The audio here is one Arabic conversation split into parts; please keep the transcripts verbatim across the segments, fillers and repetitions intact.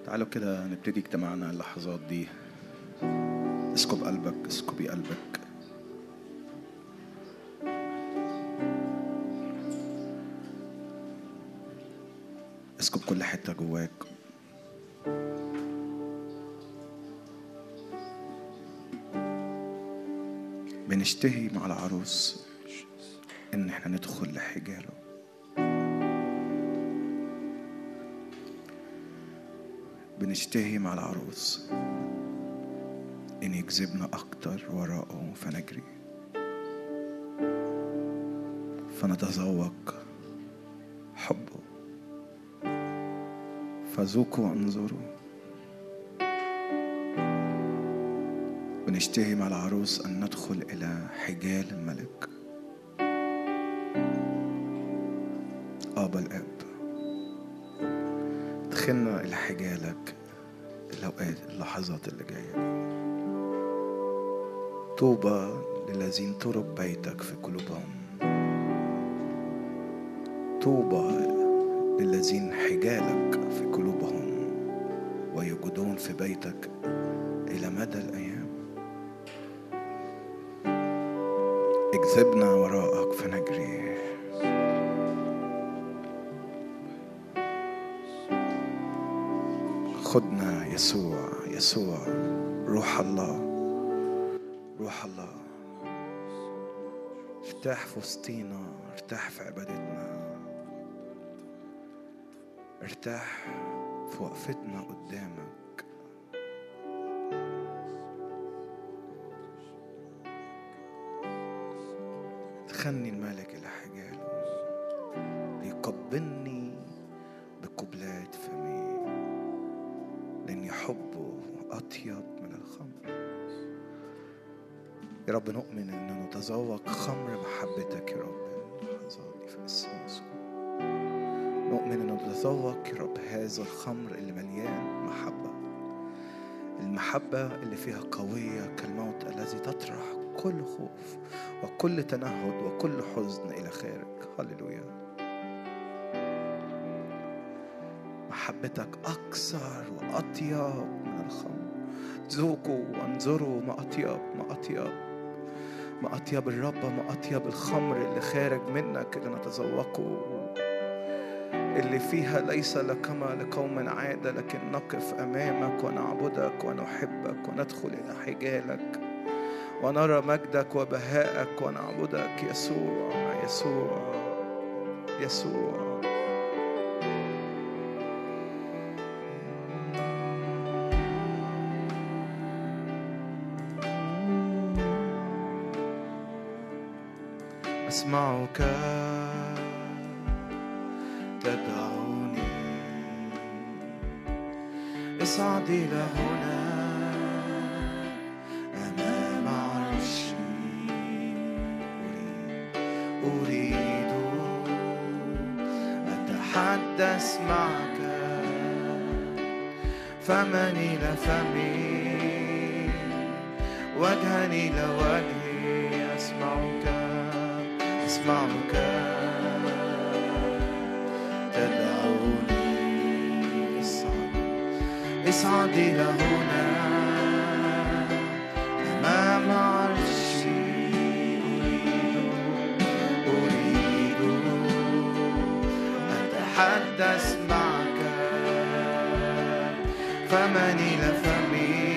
تعالوا كده نبتدي اجتماعنا اللحظات دي. اسكب قلبك، اسكبي قلبك. اسكب كل حتة جواك. بنشتهي مع العروس ان احنا ندخل لحجاله. بنشتهي مع العروس ان يجذبنا اكتر وراءه فنجري، فنتذوق حبه. فذوقوا وانظروا. بنشتهي مع العروس ان ندخل الى حجال الملك ابا الاب. دخلنا الى حجالك الاوقات اللحظات اللي جايه. طوبى للذين ترب بيتك في قلوبهم. طوبى للذين حجالك في قلوبهم ويوجدون في بيتك الى مدى الايام. اجذبنا وراءك فنجري. خدنا يسوع، يسوع روح الله، روح الله. ارتاح في وسطينا، ارتاح في عبادتنا، ارتاح في وقفتنا قدامك. دخلني الملك إلى حجاله ليقبلني بقبلات فمي، لأن حبه أطيب من الخمر. يا رب نؤمن أن نتذوق خمر محبتك يا رب اللحظات دي في اسم يسوع. نؤمن أن نتذوق يا رب هذا الخمر اللي مليان محبة، المحبة اللي فيها قوية كالموت الذي تطرح كل خوف وكل تنهد وكل حزن إلى خارج. هللويا. محبتك أكثر وأطيب من الخمر. ذوقوا وانظروا ما أطيب، ما أطيب، ما أطيب الرب، ما أطيب الخمر اللي خارج منك اللي نتذوقه، اللي فيها ليس لكما لقوم عادة، لكن نقف أمامك ونعبدك ونحبك وندخل إلى حجالك ونرى مجدك وبهائك ونعبدك. يسوع، يسوع، يسوع. أسمعك تدعوني اصعد إلى هنا أمام عرشي. أريد أريد أتحدث معك فمن إلى فمي وجها إلى وجهي. أسمعك أسمعك تدعوني اصعد اصعد إلى هنا أمام عرشي. أريد أريد أتحدث معك فمن إلى فمي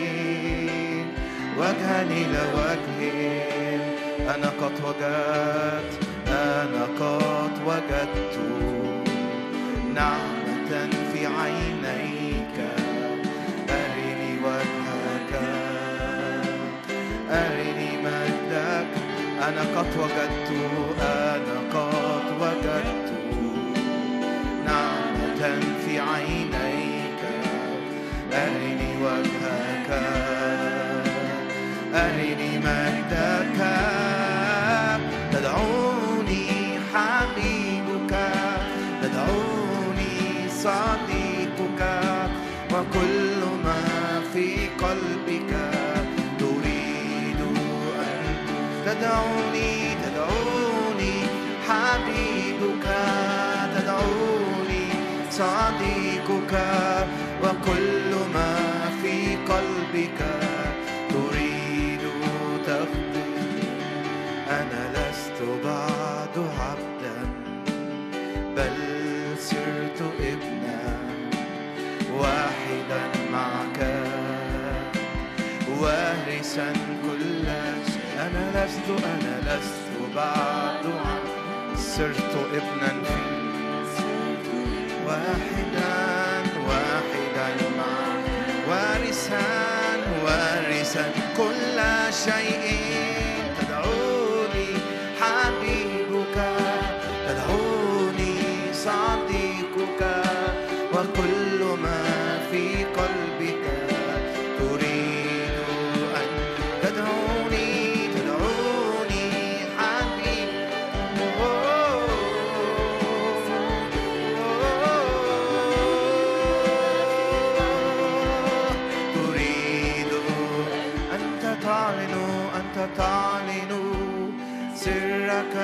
وجها إلى وجهي. أنا قد وجدت، أنا قد وجدت نعمة في عينيك. أرني وجهك، أرني مجدك. أنا قد وجدت، أنا قد وجدت نعمة في عينيك. أرني وجهك، أرني مجدك. تدعوني حبيبك، تدعوني صديقك، وكل ما في قلبك تريد أن تدعوني. تدعوني حبيبك، تدعوني صديقك، وكل ما في قلبك تريد تخبر. أنا لست بعد عبدا بل صرت ابنا واحدا معك وارثا كل شيء. أنا لست أنا لست بعد عبدا صرت ابنا فيك واحدا واحدا معك وارثا وارثا كل شيء. تدعوني حبيبك تدعوني صديقك وكل ما في قلبك تريد أن تدعوني تدعوني حبيبك تريد أنت تعلن أنت تعلن سرك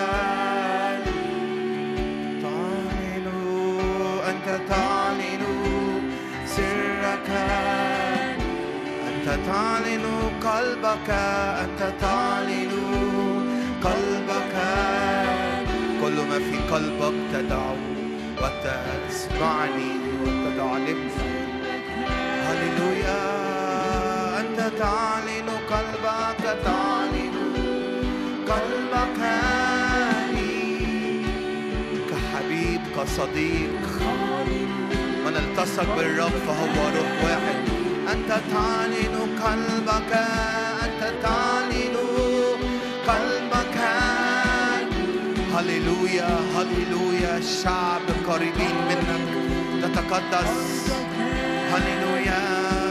تعلن أنت تعلن سرك أنت تعلن قلبك أنت تعلن قلبك كل ما في قلبك تدعو وتسمعني وتعلمني. هللويا أنت تعلن قلبك تعلن قلبك لي كحبيب كصديق. من التصق بالرب فهو روح واحد. أنت تعلن قلبك أنت تعلن قلبك. هللويا هللويا الشعب قريبين منك تتقدس. هللويا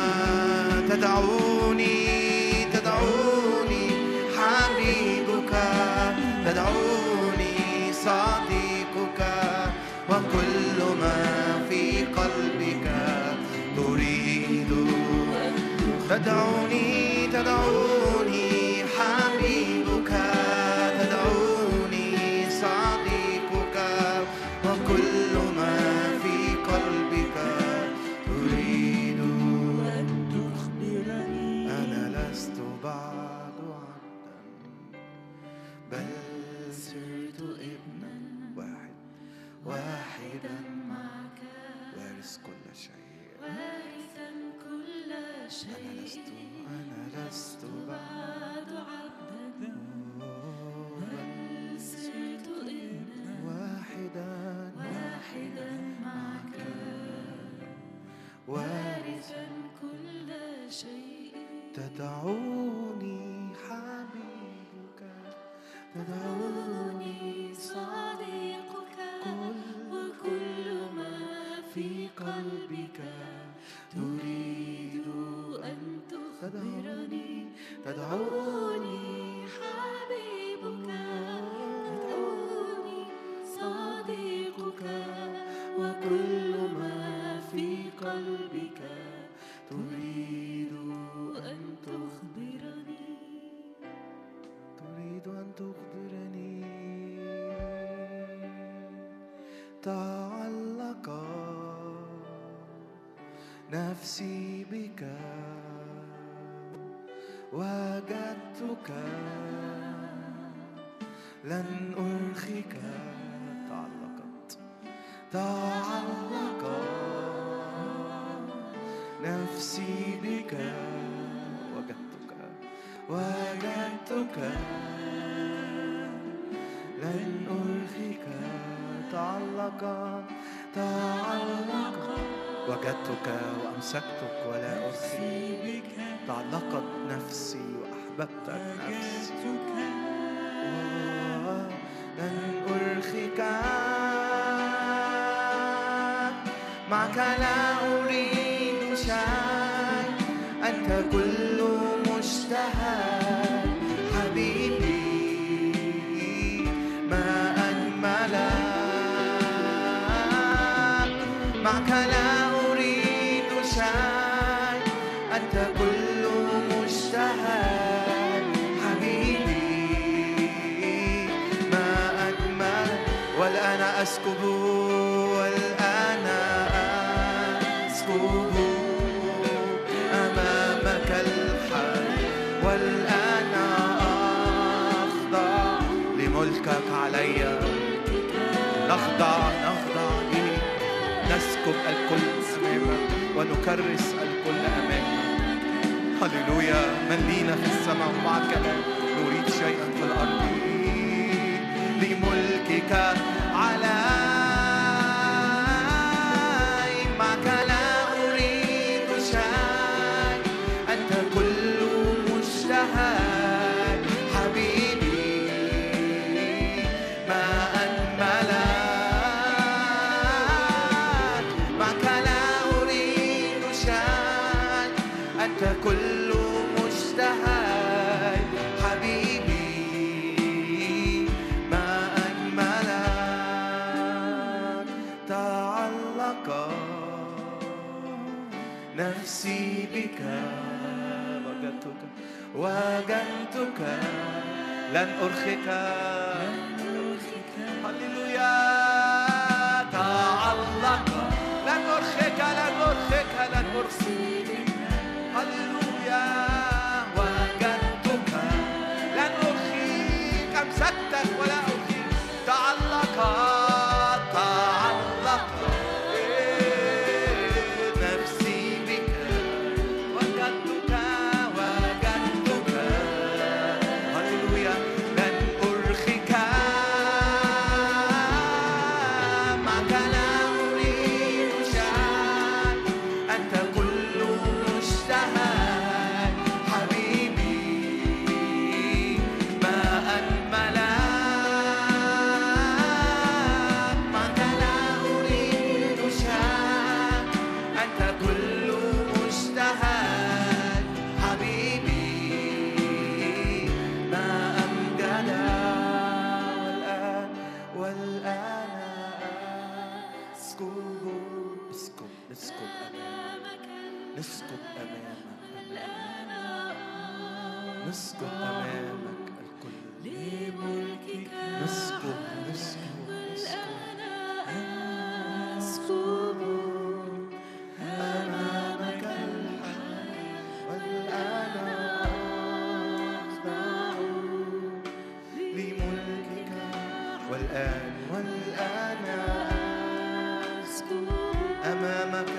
تدعوني تدعوني حبيبك تدعوني صديقك وكل ما في قلبك تريد. تدعوني تدعوني حبيبك تدعوني صديقك وكل ما في قلبك تريد أن تخبرني. أنا لست بعد عبدا بل صرت ابنا واحد واحدا معك وارث كل شيء وارثا كل شيء. أنا لست أنا لست بعد عبدا بل صرت ابنا واحدا واحدا معك وارثا كل شيء. تدعوني حبيبك تدعوني صديقك وكل ما في قلبك تريد أن تخبرني. تدعوني حبيبك تدعوني صديقك وكل ما في قلبك تريد أن تخبرني. تريد أن تخبرني. تعلق نفسي بك وجدتك لن أرخيك. تعلقت تعلق نفسي بك وجدتك وجدتك لن أرخيك. تعلق تعلق وجدتك وأمسكتك ولا أرخيك. تعلقت نفسي وأحببتك نفسي لن أرخيك. معك لا أريد شيء أنت كل مشتهى حبيبي ما أجملك. معك لا أريد شيء أنت كل مشتهى حبيبي ما أجملك. والآن أسكب والآن أسكب والآن أخضع لملكك علي. نخضع نخضع ليك، نسكب الكل أمامك ونكرس الكل أمامك. هللويا. من لينا في السماء ومعك لا نريد شيئا في الأرض. لملكك علي، معك لا أريد شيء، أنت كل مشتهى حبيبي. ما أجملك، معك لا أريد شيء، أنت كل مشتهى حبيبي. ما أجملك، تعلق نفسي بك، وجدتك وجدتك لن أرخك. هللويا. تعلق لن أرخك لن أرخك لن أرخك. هللويا. وجدتك لن أرخيك، أمسكتك ولا أرخيك. تعلق تعلق نفسي بك، وجدتك وجدتك. هللويا. لن أرخك، معك لا أريد شيء، أنت كل مشتهى حبيبي. ما أجملك، معك لا أريد شيء، أنت كل مشتهى حبيبي. ما أمجدك. والآن والآن أسكب اسكب اسكب أمامك، نسكب أمامك، نسكب أمامك الكل. لملكك نسكب نسكب أسكب أمامك الحي، والآن أخضع لملكك. والآن والآن أسكب أمامك،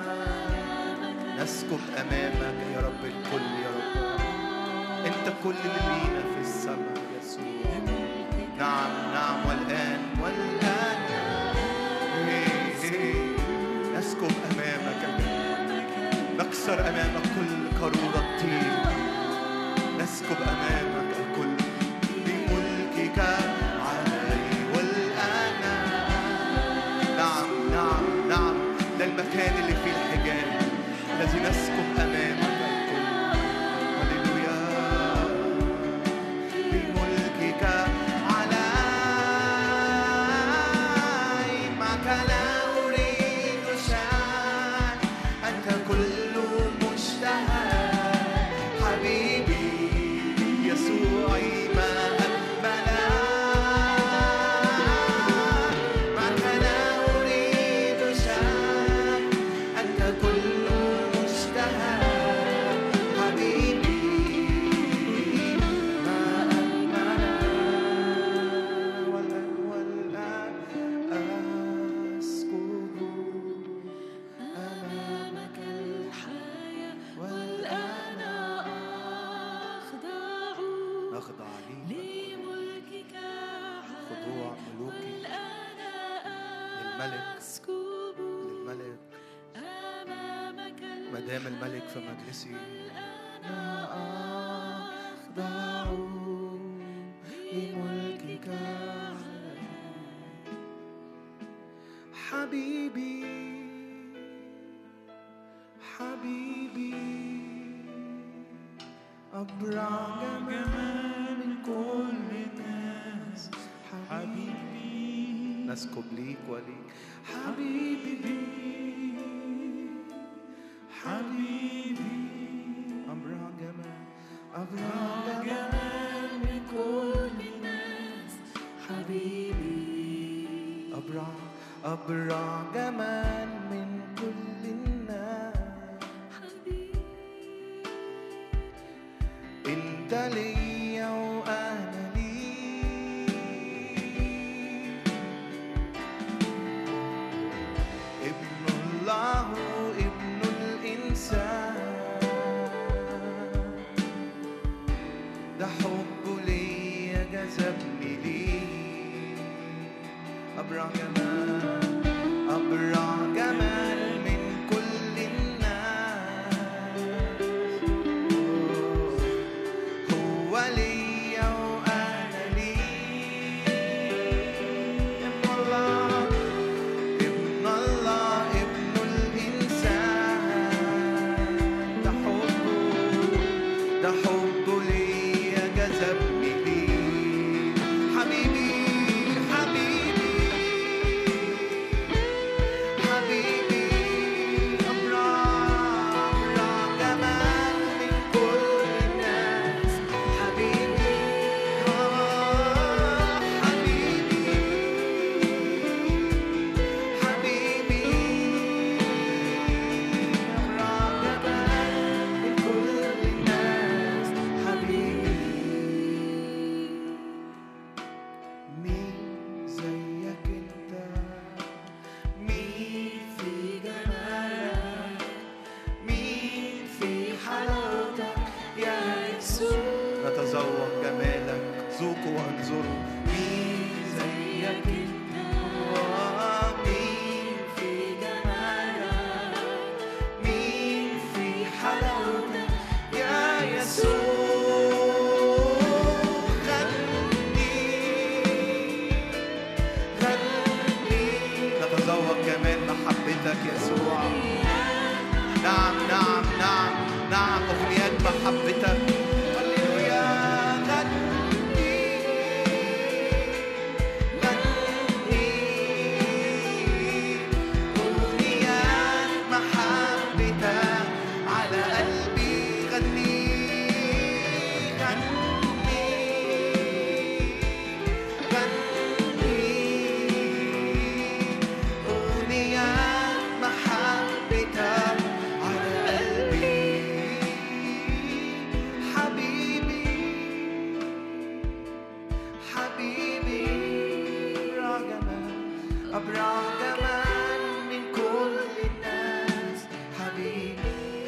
نسكب أمامك يا رب الكل. يا رب أنت كل اللي لينا في السماء يسوع. نعم نعم. والآن والآن هي هي. نسكب أمامك، نكسر أمامك كل قارورة طين، نسكب أمامك الكل. لملكك علي. والآن نعم نعم نعم. ده المكان اللي فيه الحجاب الذي نسكب أمامك الكل. هللويا. لملكك علي، معك لا أريد شيء، أنت كل مشتهى حبيبي. يسوعي ما أجملك، معك لا أريد شيء، أنت كل مشتهى حبيبي. ما أجملك. والآن والآن أسكب أمامك الحياة، والآن أخضع نخضع ليك. لملكك خضوع ملوكي للملك أسكب للملك. أمامك ما دام الملك في مجلسي أخضع لملكك حبيبي حبيبي. أبرع جمال من كل الناس حبيبي. نسكب ليك وليك حبيبي حبيبي. أبرع جمال أبرع جمال من كل الناس حبيبي. أبرع أبرع جمال من كل الناس. إن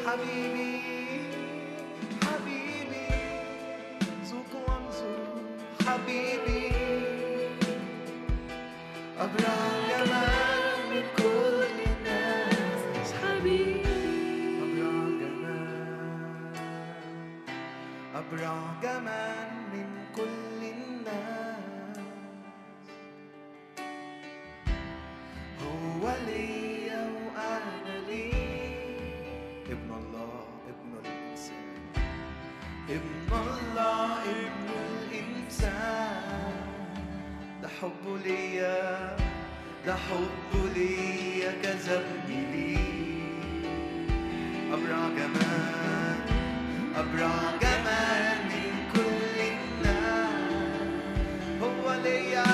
حبيبي حبيبي ذوق وانظر حبيبي أبرع جمال من كل الناس حبيبي أبرع جمال أبرع جمال من كل الناس هو لي وأنا لي ابن الله ابن الإنسان ابن الله ابن الإنسان ده حبه ليا ده حبه ليا جذبني ليه أبرع جمال أبرع جمال من كل الناس هو ليا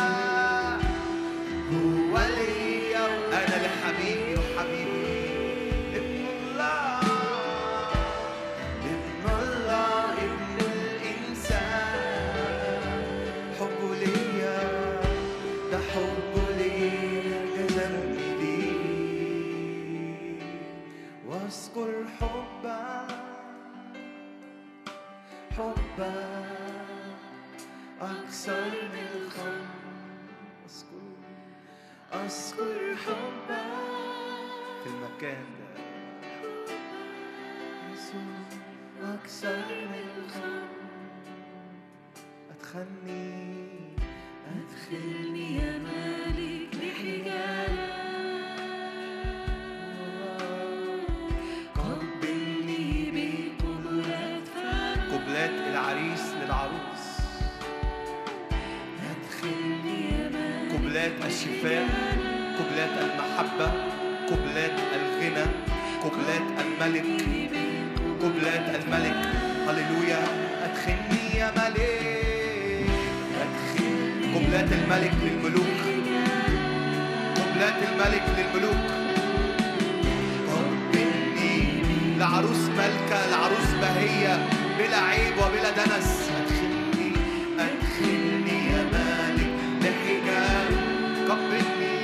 هو ليا وأنا لحبيبي وحبيبي ابن الله ابن الله ابن الإنسان حبه ليا ده حبه ليا جذبني ليه واذكر حبك حبك أكثر من الخمر أذكر أذكر حبك في المكان ده يسوع أكثر من الخمر أدخلني أدخلني يا مالك لحجالك قبلني بقبلات فمك قبلات العريس للعروس أدخلني يا مالك قبلات الشفاء قبلات المحبة قبلات الغنى قبلات الملك قبلات الملك هللويا أدخلني يا ملك أدخل قبلات الملك للملوك قبلات الملك للملوك قبلني لعروس ملكة لعروس بهية بلا عيب وبلا دنس أدخلني أدخلني يا مالك لحجاب قبلني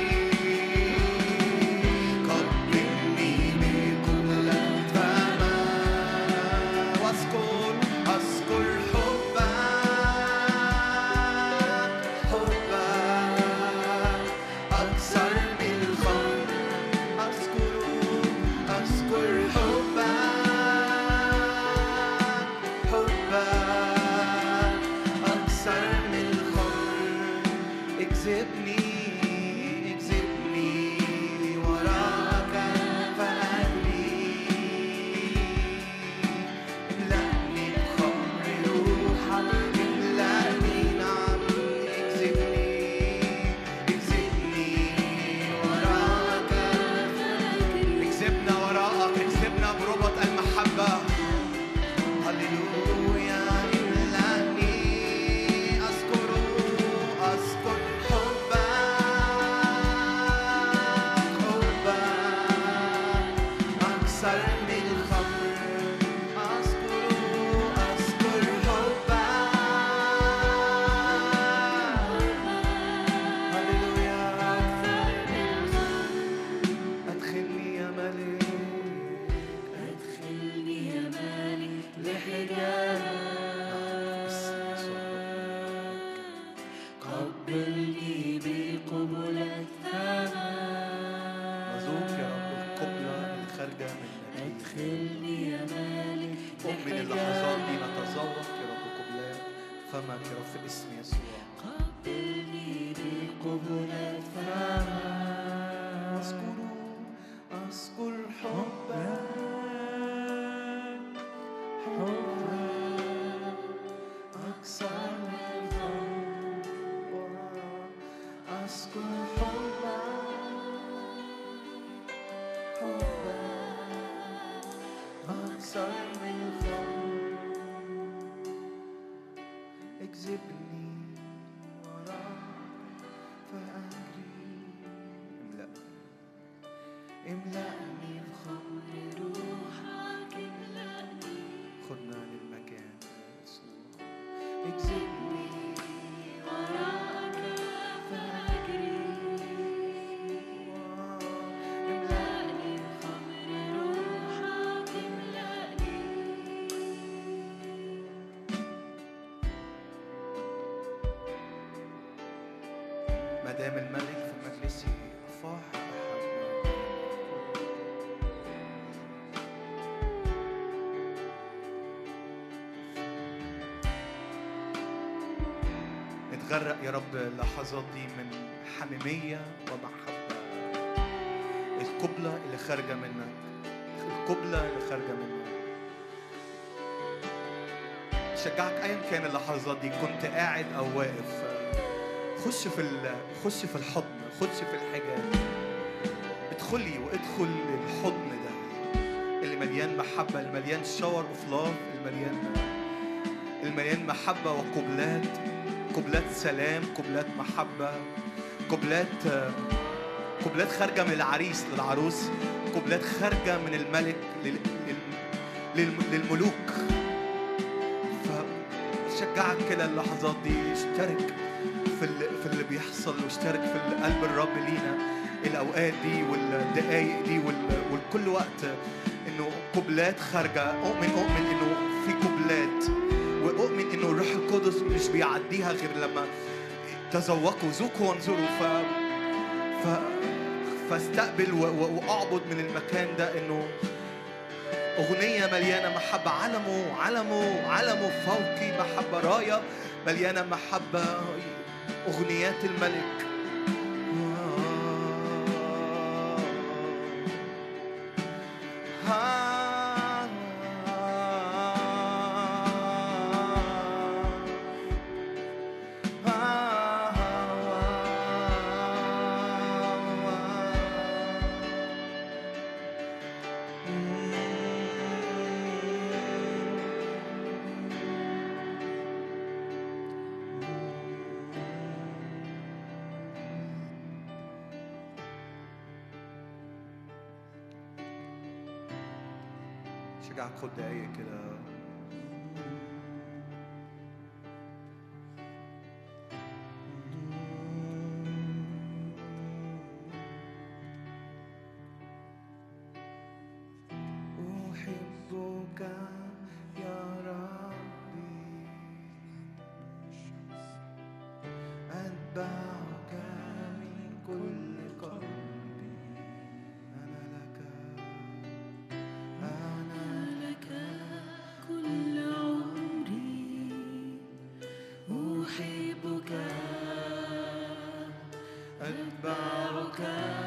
قبلني بكل فما واذكر أذكر حبك حبك أكثر من الخمر أذكر أذكر حبك حبك أكثر من الخمر اكذبني اكذبني وراك فأهلي املأني بخمر روحك املأني نعم اكذبني اكذبني وراك اكذبنا وراءك اكذبنا بربط المحبة هللويا املأني أذكر أذكر حبك حبك أكثر من الخمر أذكر أذكر حبك هللويا أدخلني يا ملك أدخلني يا مالك لحجالك قبلني بقبلات فمك مذوق يا رب القبلة اللي خارجة من نبيك أدخلني يا مالك ومن اللحظات دي نتذوق يا رب قبلات فمك يا رب في اسم يسوع قبلني بقبلات فمك أذكر أذكر حبك حبك أكثر من الخمر أذكر حبك حبك أكثر من الخمر اكذبني وراك فأجري املأني املأني بخمر روحك املأني خدنا للمكان يسوع اكذبني وراك فأجري املأني املأني بخمر روحك دام الملك في مجلسه أفاح محبة. نتغرق يا رب اللحظات دي من حميمية ومحبة. القبلة اللي خارجة منك، القبلة اللي خارجة منك. شجعك أيا كان اللحظات دي، كنت قاعد أو واقف، خش في خش في الحضن، خش في الحجاب، ادخلي وادخل الحضن ده اللي مليان محبة، المليان شاور اوف لاف، المليان المليان محبة وقبلات، قبلات سلام، قبلات محبة، قبلات قبلات خارجة من العريس للعروس، قبلات خارجة من الملك للملوك. فشجعك كده اللحظات دي، اشترك في في اللي بيحصل، واشترك في قلب الرب لينا الأوقات دي والدقايق دي والكل وقت، إنه قبلات خارجة. أؤمن أؤمن إنه في قبلات، وأؤمن إنه الروح القدس مش بيعديها غير لما تذوقوا، ذوقوا وانظروا. ف ف فاستقبل وأعبد من المكان ده، إنه أغنية مليانة محبة، علمه علمه علمه فوقي محبة، راية مليانة محبة، أغنيات الملك. شجعك خد دقايق كده. أحبك يا ربي، أتبعك من كل قلبي، أنا لك أنا لك كل عمري، أحبك أتبعك،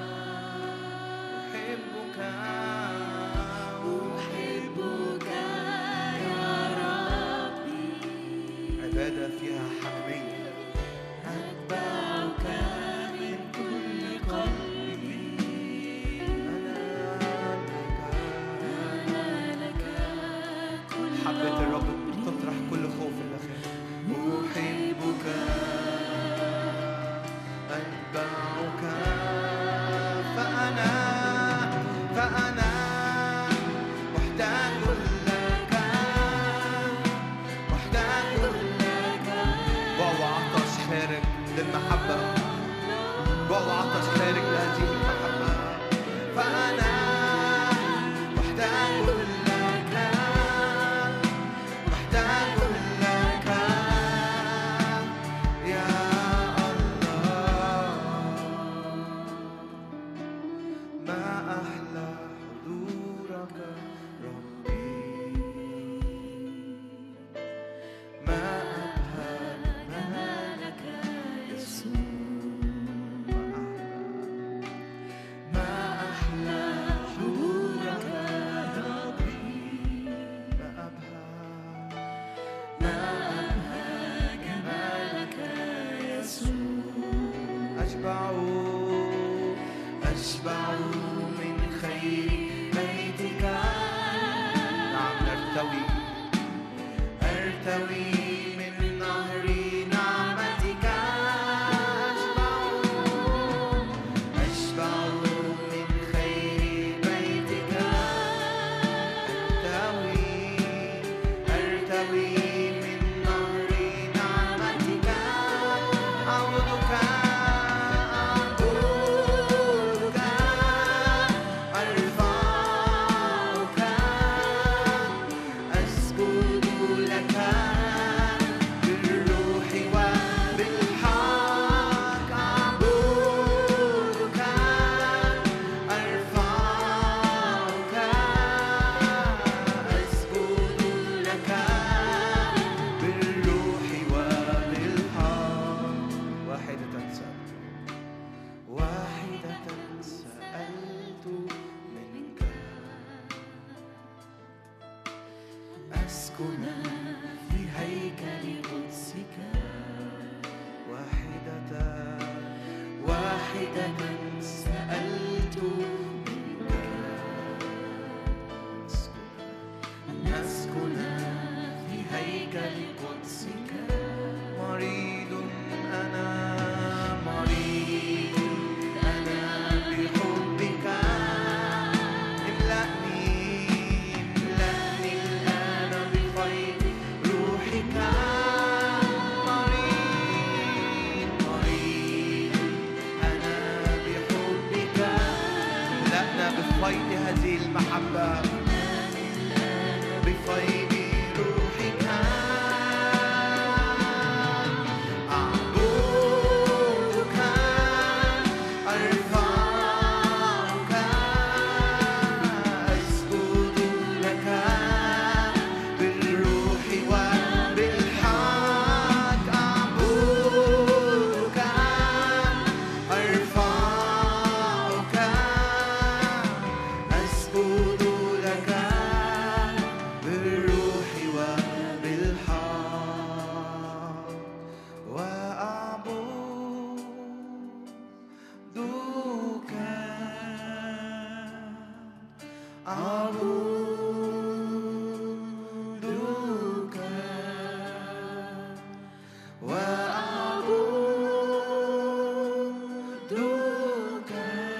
أحبك أحبك يا ربي، عبادة فيها حميمية. أتبعك من كل قلبي، أنا لك كل حبة الرب تطرح كل خوف الأخير. أحبك أتبعك، فأنا فأنا محتاج لك، محتاج لك. واو أسكن في هيكل قدسك واحدة واحدة سألت منك أن أسكن في هيكل قدسك مريض أنا مريض أنا بحبك املأني املأني الآن بفيض روحك مريض مريض أنا بحبك املأنا بفيض هذه المحبة بفيض روحك أعبدك أرفعك أسجد لك بالروح وبالحق أعبدك أرفعك أسجد لك بالروح وبالحق وأعبدك أعبدك وأعبدك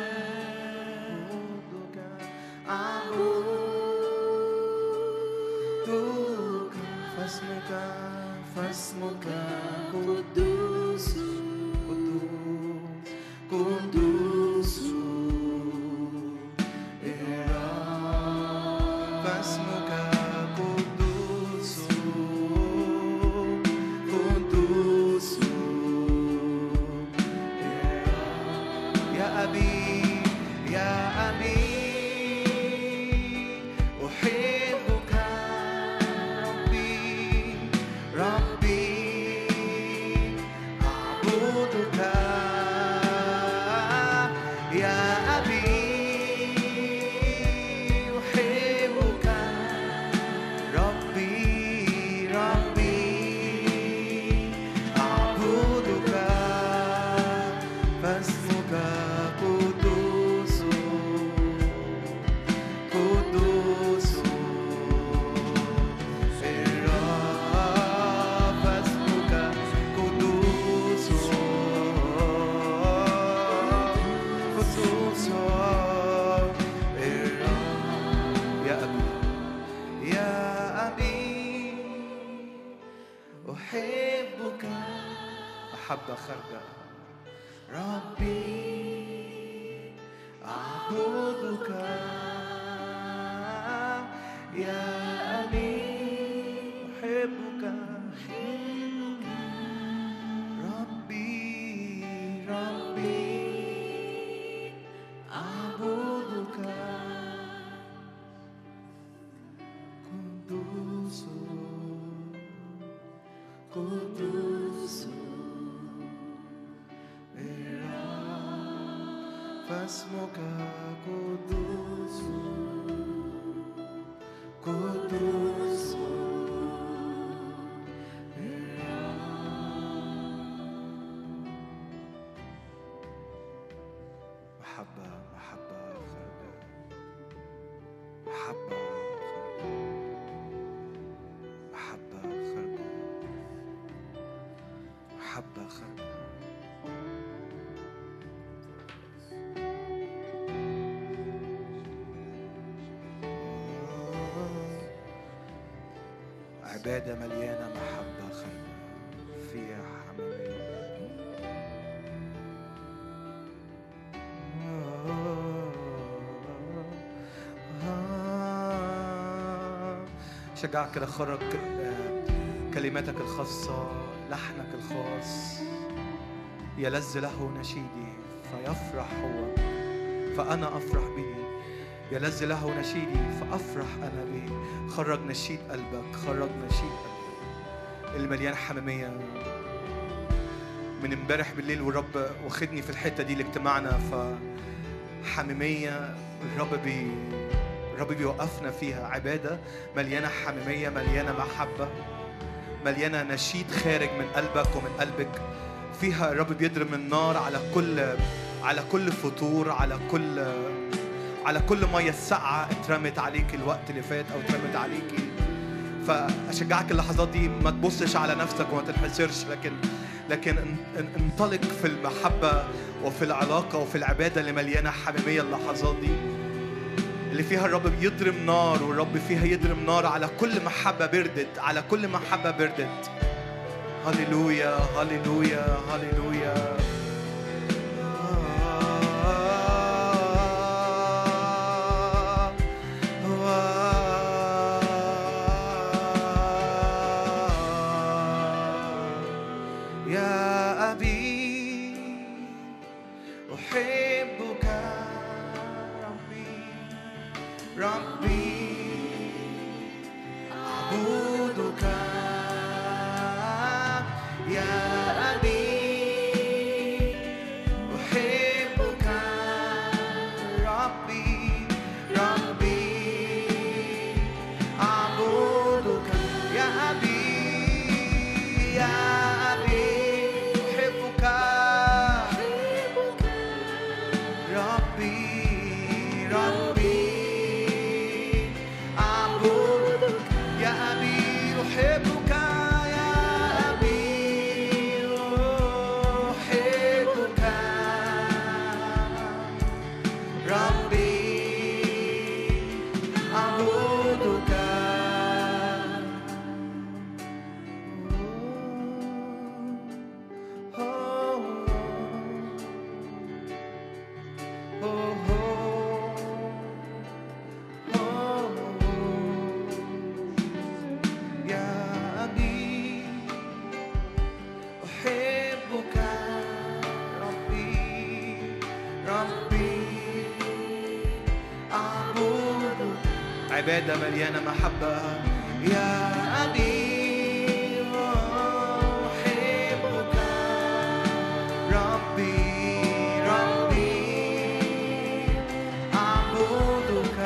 أعبدك فاسمك فاسمك قدوس قدوس قدوس فاسمك قدوس قدوس يا أبي يا أبي أحبك ربي ربي أعبدك يا أبي أحبك ربي ربي أعبدك فاسمك قدوس قدوس الرب فاسمك قدوس قدوس الرب يا أبي يا أبي أحبك محبة خارجة ربي أعبدك يا أبي أحبك ربي ربي أعبدك قدوس قدوس فاسمك قدوس قدوس محبة محبة خارجة محبة خارجة محبة خارجة محبة خارجة عبادة مليانة محبة خارجة فيها حمامية شجعك كده خرج كلماتك الخاصة لحنك الخاص يلذ له نشيدي فيفرح هو فأنا أفرح به يلذ له نشيدي فأفرح أنا به. خرج نشيد قلبك خرج نشيد قلبك اللي مليان حمامية من امبارح بالليل والرب واخدني في الحتة دي لاجتماعنا فحمامية الرب بي الرب بيوقفنا فيها عبادة مليانة حميمية، مليانة محبة، مليانة نشيد خارج من قلبك ومن قلبك. فيها الرب بيضرب النار على كل على كل فطور، على كل على كل مية ساقعة اترمت عليك الوقت اللي فات أو اترمت عليكي. فأشجعك اللحظات دي ما تبصش على نفسك وما تنحسرش، لكن لكن انطلق في المحبة وفي العلاقة وفي العبادة اللي مليانة حميمية. اللحظات دي اللي فيها الرب بيضرب نار، والرب فيها يضرب نار على كل محبة بردت، على كل محبة بردت. هللويا هللويا هللويا. يا أبي أحبك ربي ربي أعبدك يا أبي أحبك ربي ربي أعبدك يا أبي يا أبي أحبك ربي ربي أعبدك يا أبي أحبك يا أبي أحبك ربي أعبدك. عبادة مليانة محبة يا أبي أحبك ربي ربي أعبدك.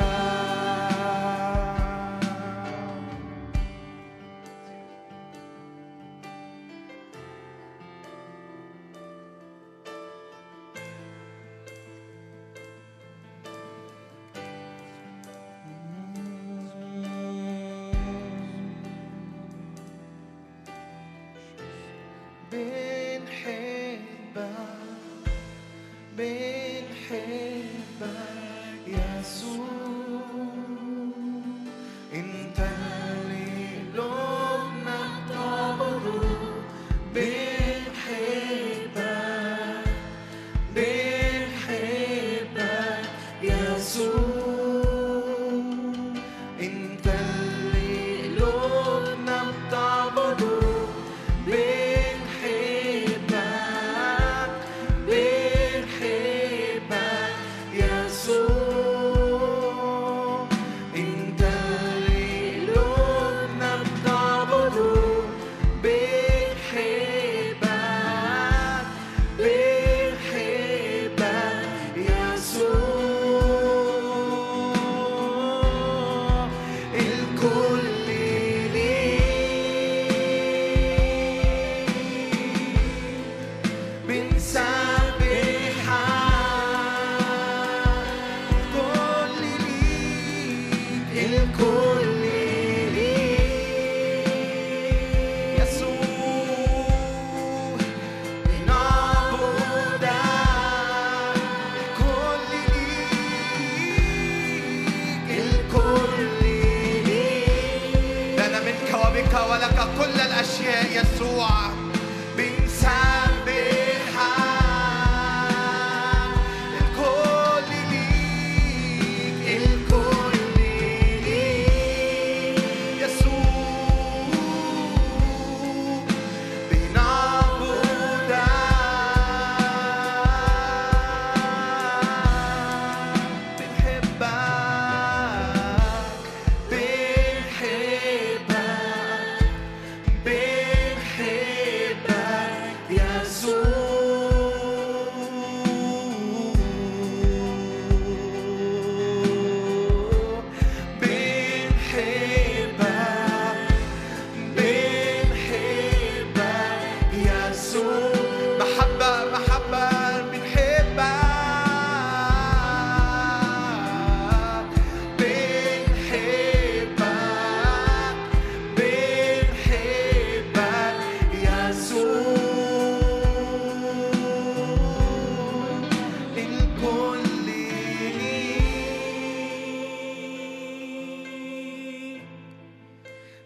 بنحبك بنحبك يسوع، انت اللي قلوبنا بتعبده. بنحبك بنحبك يسوع، انت اللي قلوبنا بتعبده. ولك كل الأشياء يسوع. بنسبحك الكل ليك الكل ليك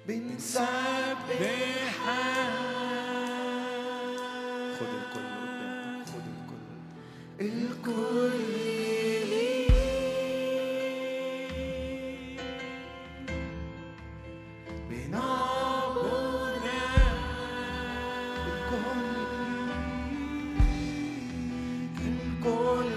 بنسبحك. خد الكل قدامك، خد الكل. الكل ليك بنعبدك. الكل ليك، الكل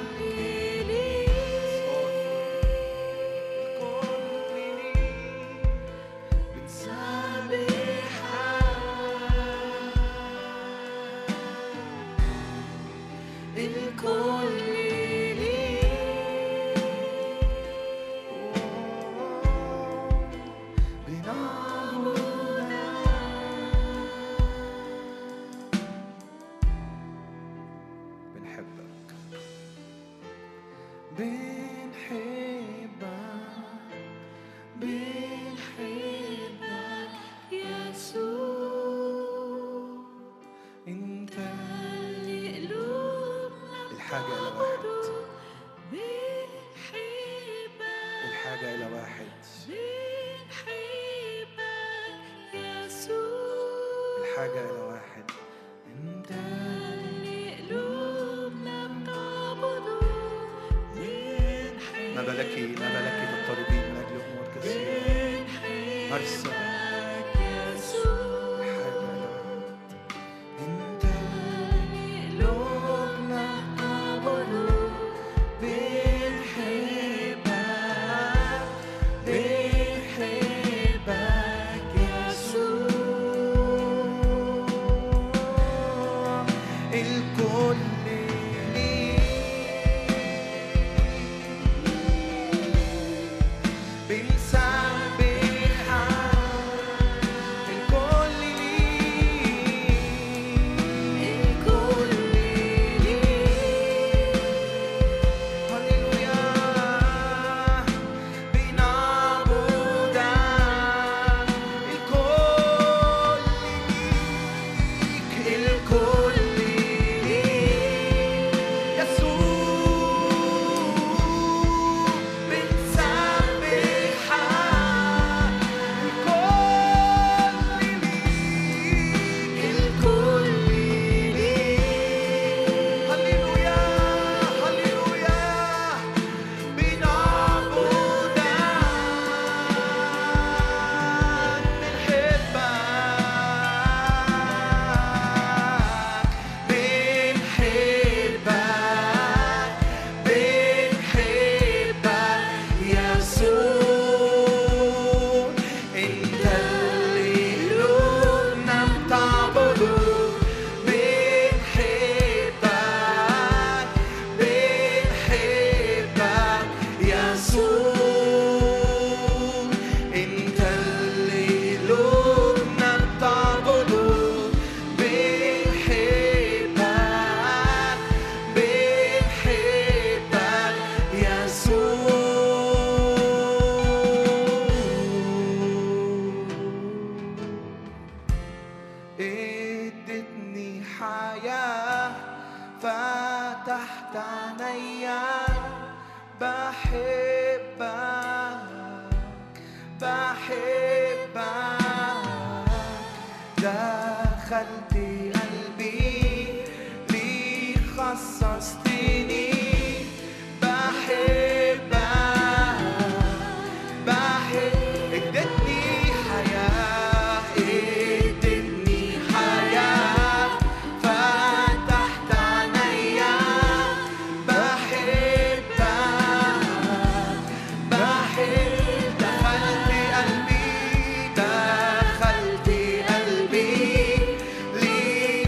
دخلت قلبي ليك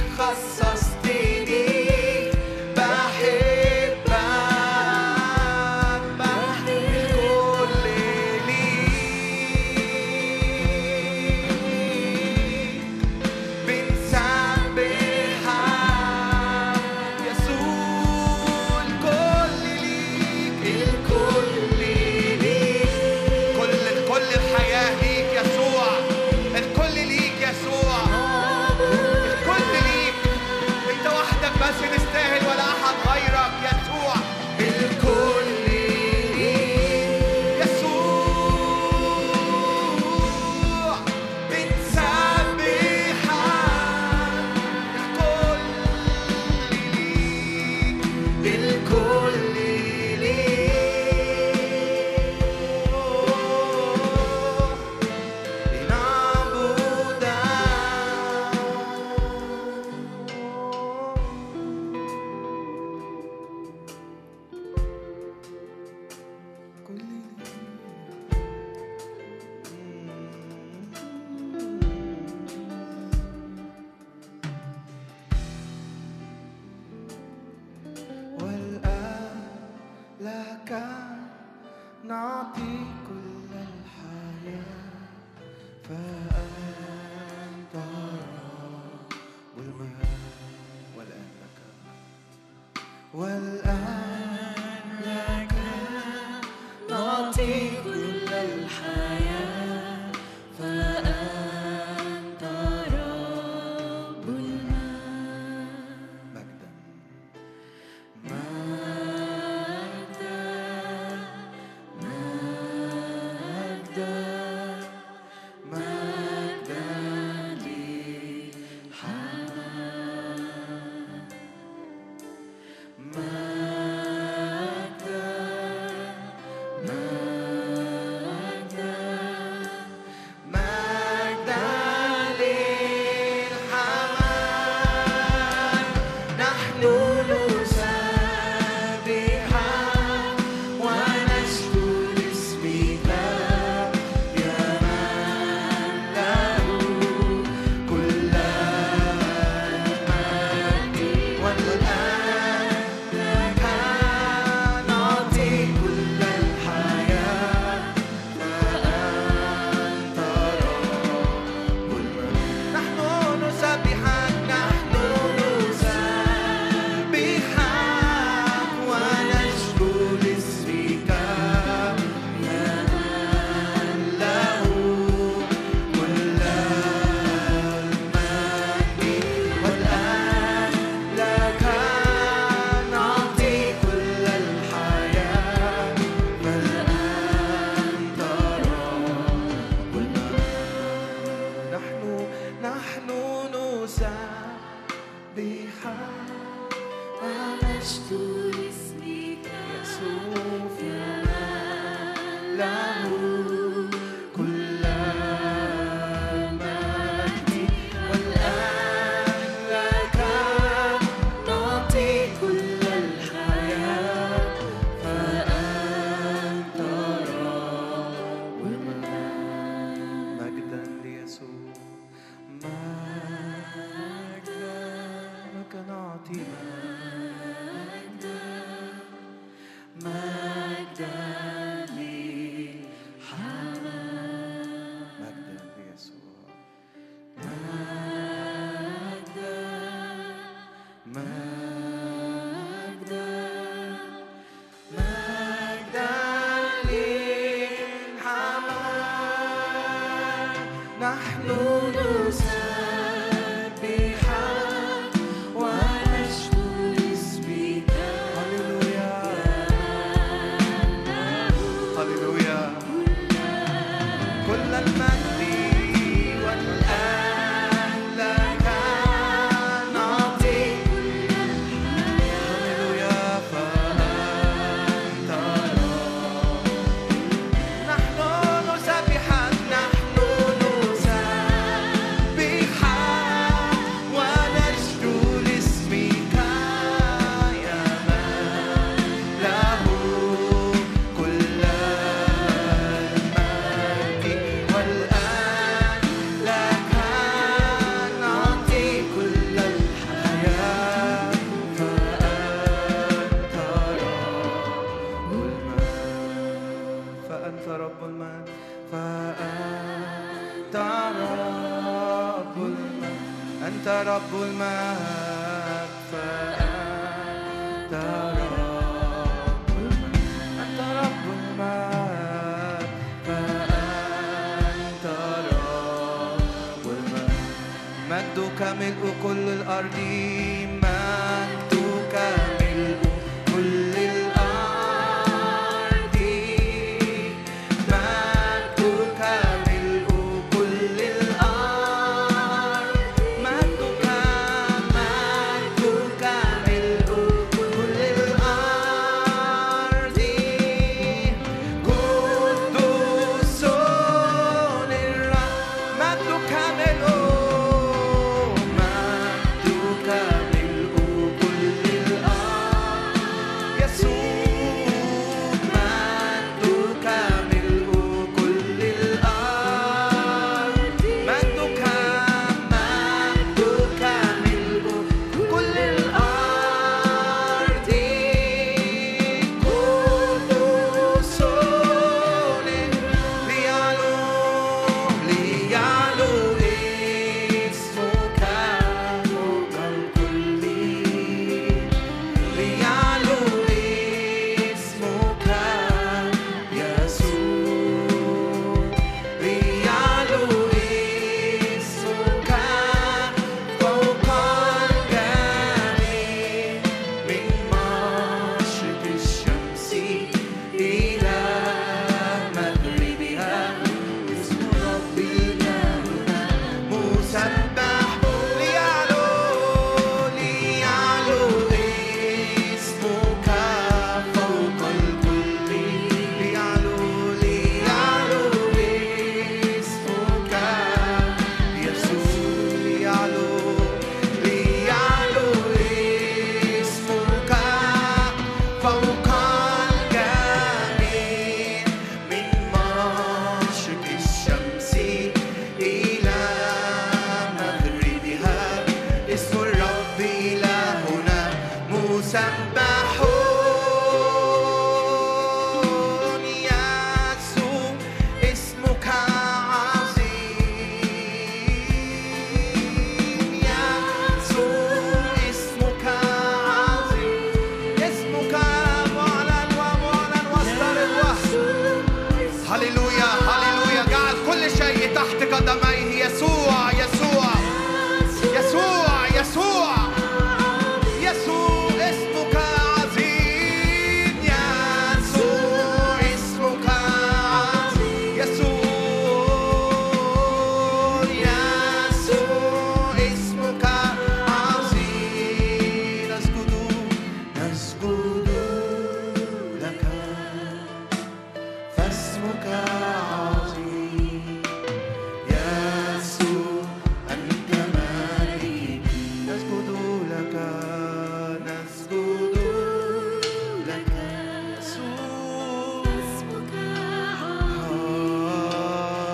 نعطي كل الحياة فأنت رب المجد والآن لك والآن لك نعطي كل الحياة فأنت رب المجد مجدا مجدك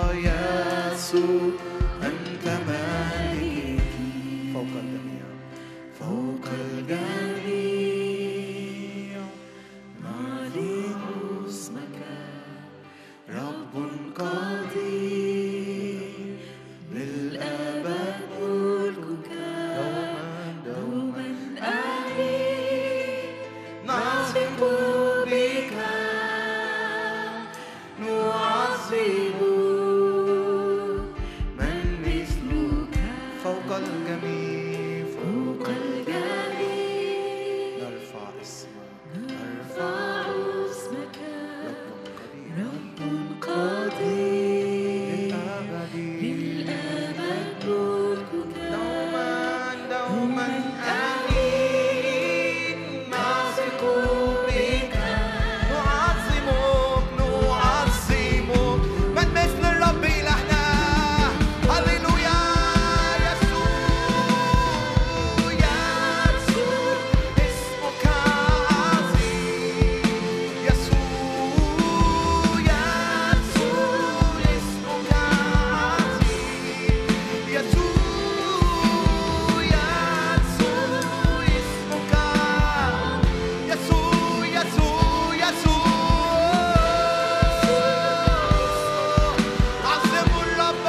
يسوع أنت مالكي فوق الجميع فوق الجميع نعلن اسمك رب قدير للأبد ملكك دوما أمين نثق بك نعظم من مثلك فوق الجميع فوق الجميع نرفع اسمك نرفع اسمك رب قدير للأبد ملكك دوما دوما أمين نثق بك نعظمك نعظمك من مثل الرب إلهنا هللويا يسوع يسوع اسمك عظيم يسوع يسوع اسمك عظيم يسوع يسوع اسمك يسوع يسوع يسوع عظموا الرب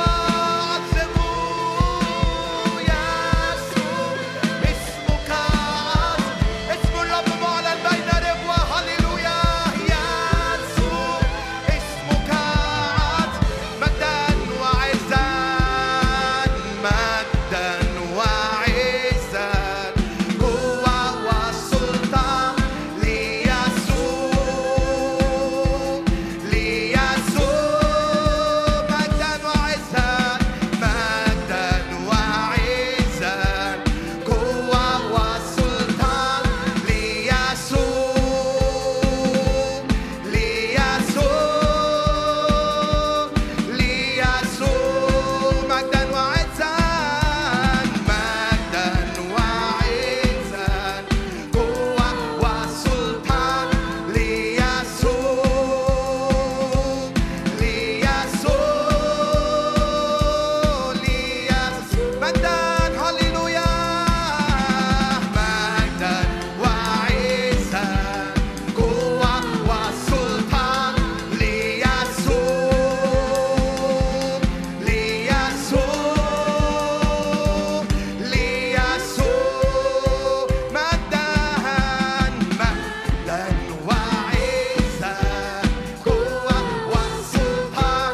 عظموا يسوع اسمك عظيم اسم الرب معلن بين ربوة هللويا يسوع اسمك عظيم مجدا وعزا مجدا وعزا قوة وسلطان ليسوع ليسوع مجدا وعزا مجدا وعزا قوة وسلطان ليسوع ليسوع ليسوع مجدا وعزا مجدا وعزا قوة وسلطان ليسوع ليسوع ليسوع مجدا هللويا مجدا وعزا قوة وسلطان ليسوع ليسوع ليسوع مجدا مجدا وعزا قوة وسلطان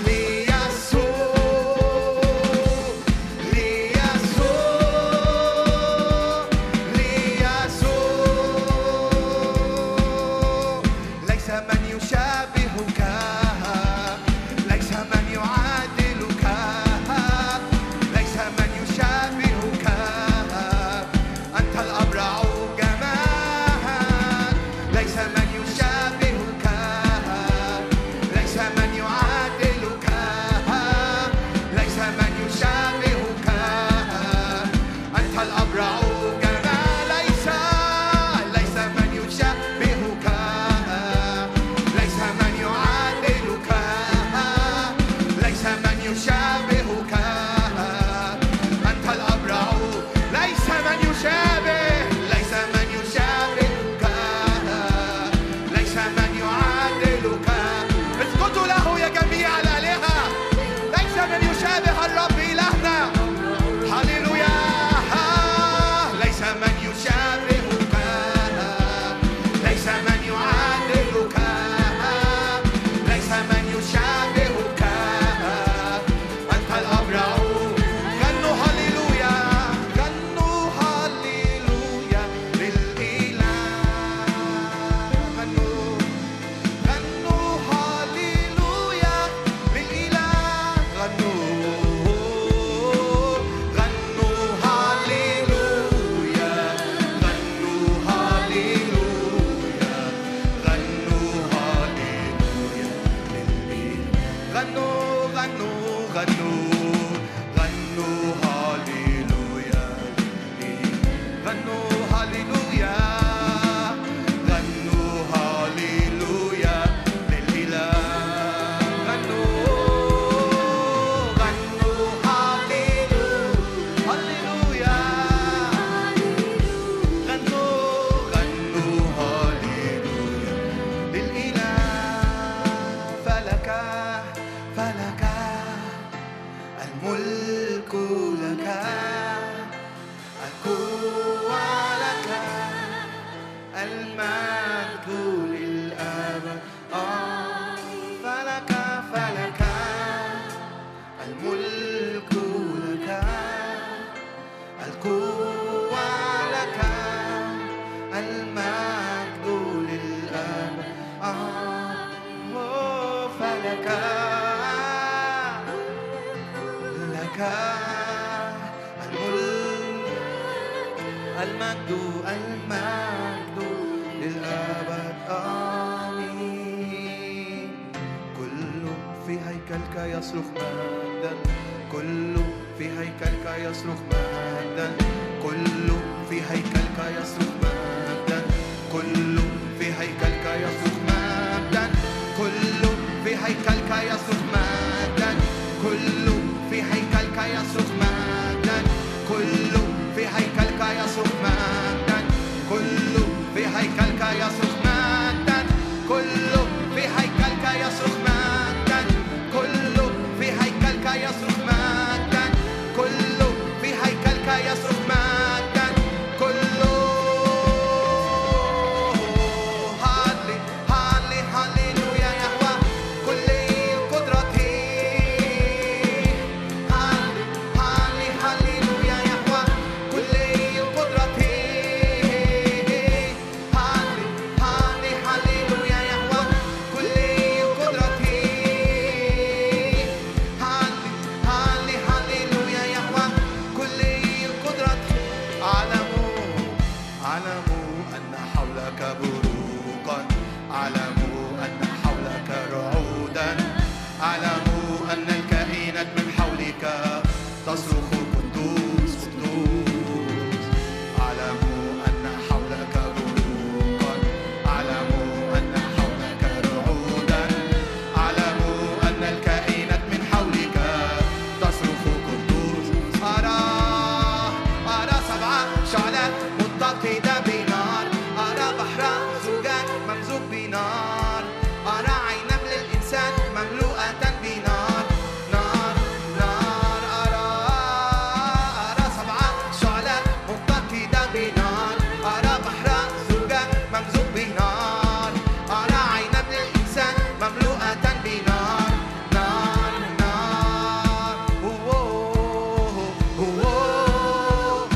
ليس من يشابهك ليس من يعادلك ليس من يشابهك أنت الأبرع جمال ليس ليس من يشابهك ليس من يعادلك ليس من يشابهك أنت الأبرع ليس من يشابه ليس من يشابهك ليس من يعادلك اسجدوا له يا جميع الآلهة ليس من يشابه الرب إلهنا هللويا ليس من يشابهك ليس من يعادلك ليس من يشابهك أنت الأبرع غنوا هللويا غنوا هللويا للإله غنوا غنوا هللويا للإله غنوا غنوا هللويا غنوا هللويا غنوا هللويا للإله غنوا غنوا غنوا غنوا هللويا غنوا هللويا غنوا هللويا للإله غنوا الملك لك، القوة لك، المجد للأبد. آه فلك فلك الملك لك، القوة لك، المجد للأبد. آه فلك لك الملك، المجد المجد للأبد. آمين. كل في هيكلك يصرخ مجدا، كل في هيكلك يصرخ مجدا، كل في هيكلك يصرخ مجدا، كل في هيكلك يصرخ مجدا، كل في هيكلك يصرخ مجدا، كل في هيكلك يصرخ مجدا، كل في هيكلك يصرخ مجدا، كل في هيكلك يصرخ مجدا، كل في هيكلك يصرخ مجدا، كل في هيكلك يصرخ مجدا، كل في هيكلك يصرخ مجدا، كل هالي هالي هاليلويا يهوه كل القدرة، هالي هالي هاليلويا يهوه كل القدرة، هالي هالي هاليلويا يهوه كل القدرة، هالي هالي هاليلويا يهوه كل القدرة. أعلم أعلم أن حولك بروقا، أعلم أن حولك رعودا، أعلم أن الكائنات من حولك تصرخ قدوس قدوس، أعلم أن حولك بروقا، أعلم أن حولك رعودا، أعلم أن الكائنات من حولك تصرخ قدوس. أرى أرى سبع شعلات متقدة بنار، أرى بحر زجاج ممزوج بنار، أرى عين نمل الإنسان مملوءة بنار، نار نار. أرى أرى سبع شعلات متقدة بنار، أرى بحر زجاج ممزوج بنار، أرى عين نمل الإنسان مملوءة بنار، نار نار. أوه أوه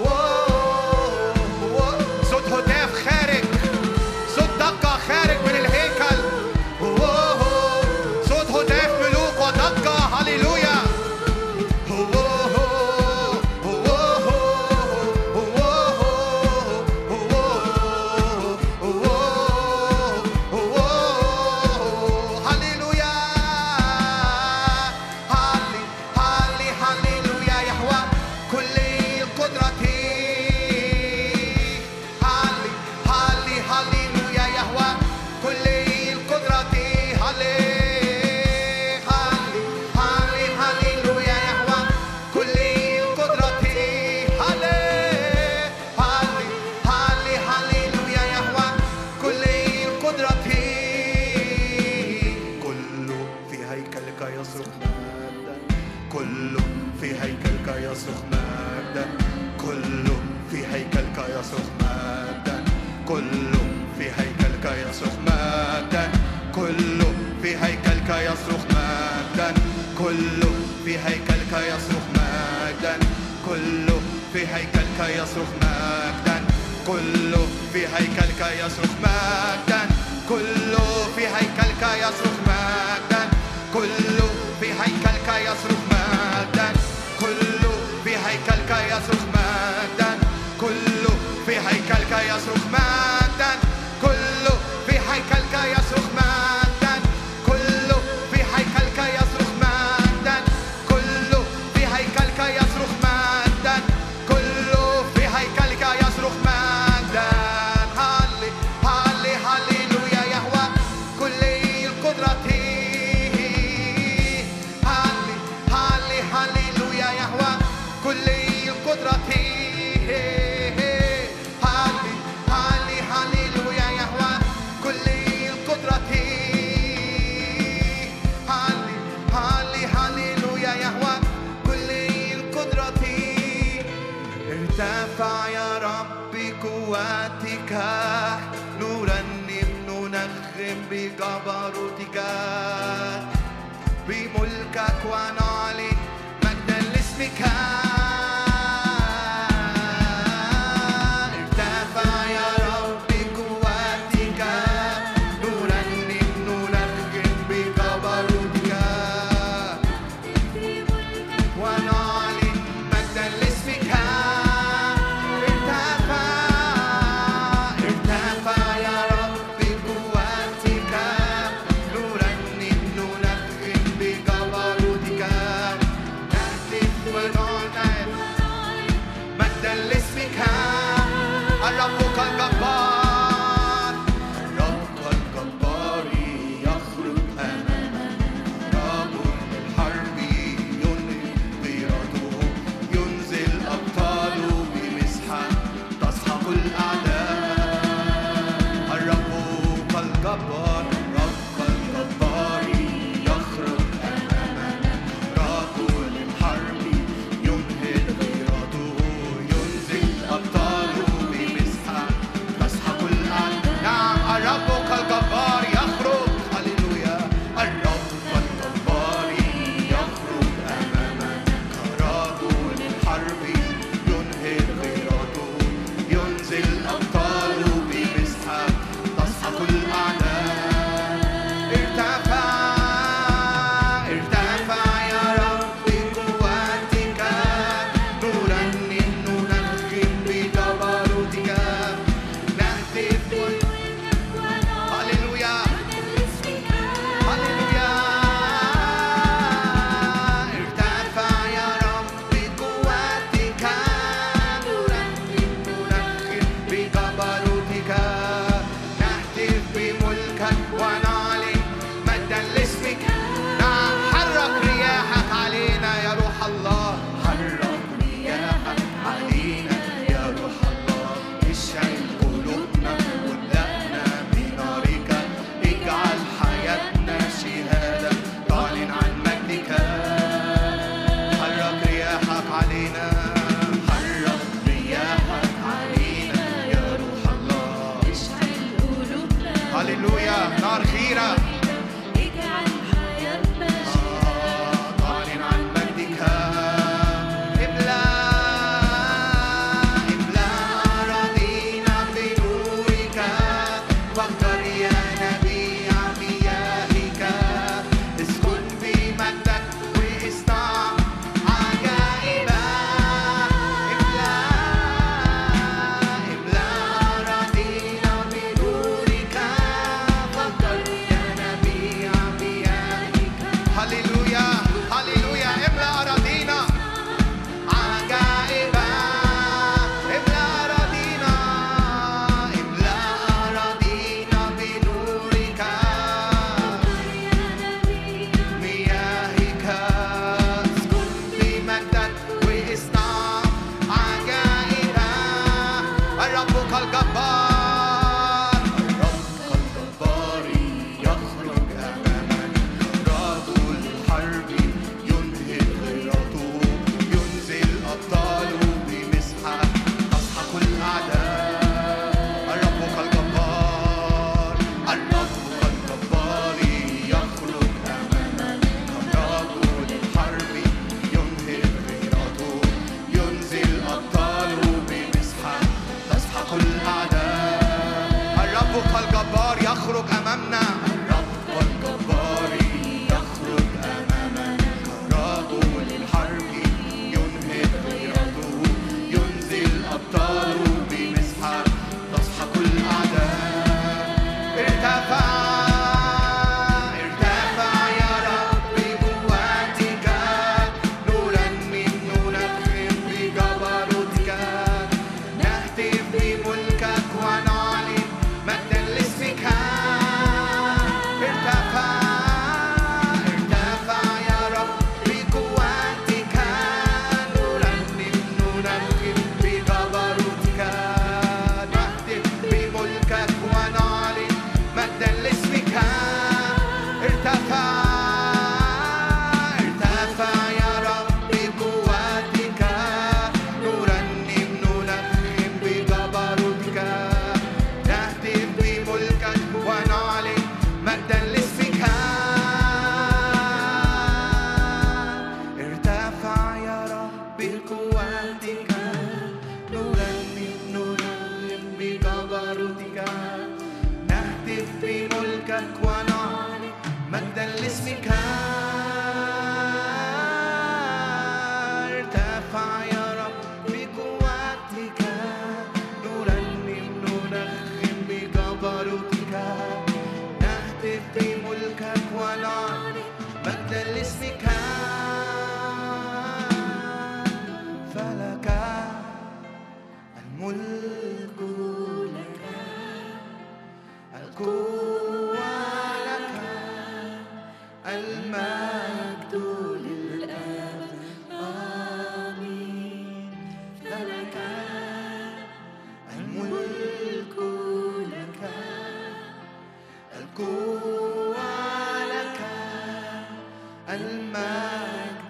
أوه. صوت هتاف خارج، صوت ضجة خارج من الهيكل. أوه صوت هتاف ملوك وضجة. هللويا. أوه أوه أوه أوه. هللويا. هالي هالي هللويا يهوه كل القدرة، هالي هالي هللويا يهوه كل القدرة، هالي هالي هالي هللويا يهوه كل القدرة، هالي هالي هالي هللويا يهوه كل القدرة. كل في هيكلك يصرخ مجدا، كل في هيكلك يصرخ مجدا، كل في هيكلك يصرخ مجدا، كل في هيكلك يصرخ مجدا، كل في هيكلك يصرخ مجدا، كل في هيكلك يصرخ مجدا، كل في هيكلك يصرخ مجدا، كل في هيكلك يصرخ مجدا، كل في هيكلك يصرخ مجدا، كل في هيكلك يصرخ مجدا، كل في هيكلك يصرخ مجدا، كل في هيكلك يصرخ مجدا، كل في هيكلك يصرخ مجدا، كل في هيكلك يصرخ مجدا، كل في هيكلك يصرخ مجدا، كل في هيكلك يصرخ مجدا. هالي هالي هللويا يهوه كل القدرة، هالي بقوتك نرنم ننغم بجبروتك بملكك ونعلن مجدا لاسمك ارتفع يا رب بقوتك نرنم ننغم بجبروتك ونعلن مجدا لاسمك When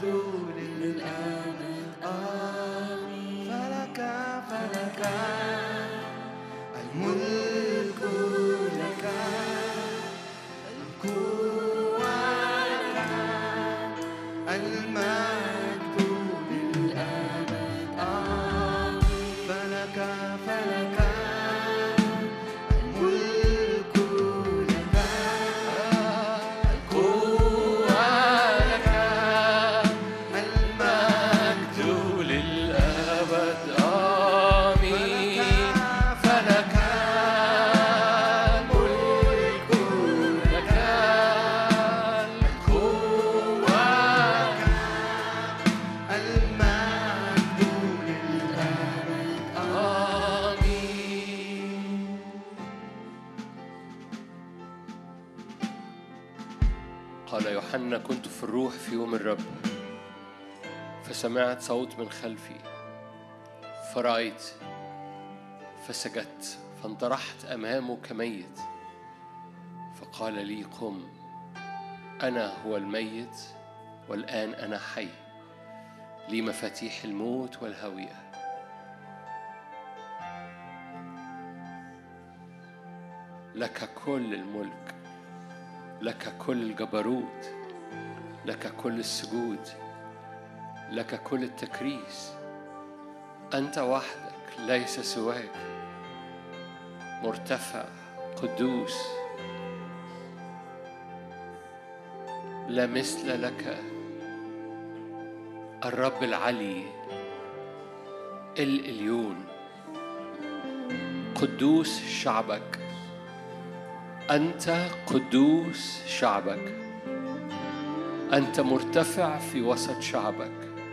للأبد آمين. فلك فلك الملك لك القوة لك المجد للأبد آمين. فلك فلك الملك لك القوة لك المجد للأبد آمين. فلك الملك لك القوة المجد للأبد آمين. قال يوحنا: كنت في الروح في يوم الرب، فسمعت صوت من خلفي، فرأيت، فسجدت، فانطرحت أمامه كميت، فقال لي: قم، أنا هو الميت والآن أنا حي، لي مفاتيح الموت والهوية. لك كل الملك، لك كل الجبروت، لك كل السجود، لك كل التكريس. أنت وحدك، ليس سواك، مرتفع، قدوس، لا مثل لك، الرب العلي الإليون، قدوس شعبك. أنت قدوس شعبك، أنت مرتفع في وسط شعبك،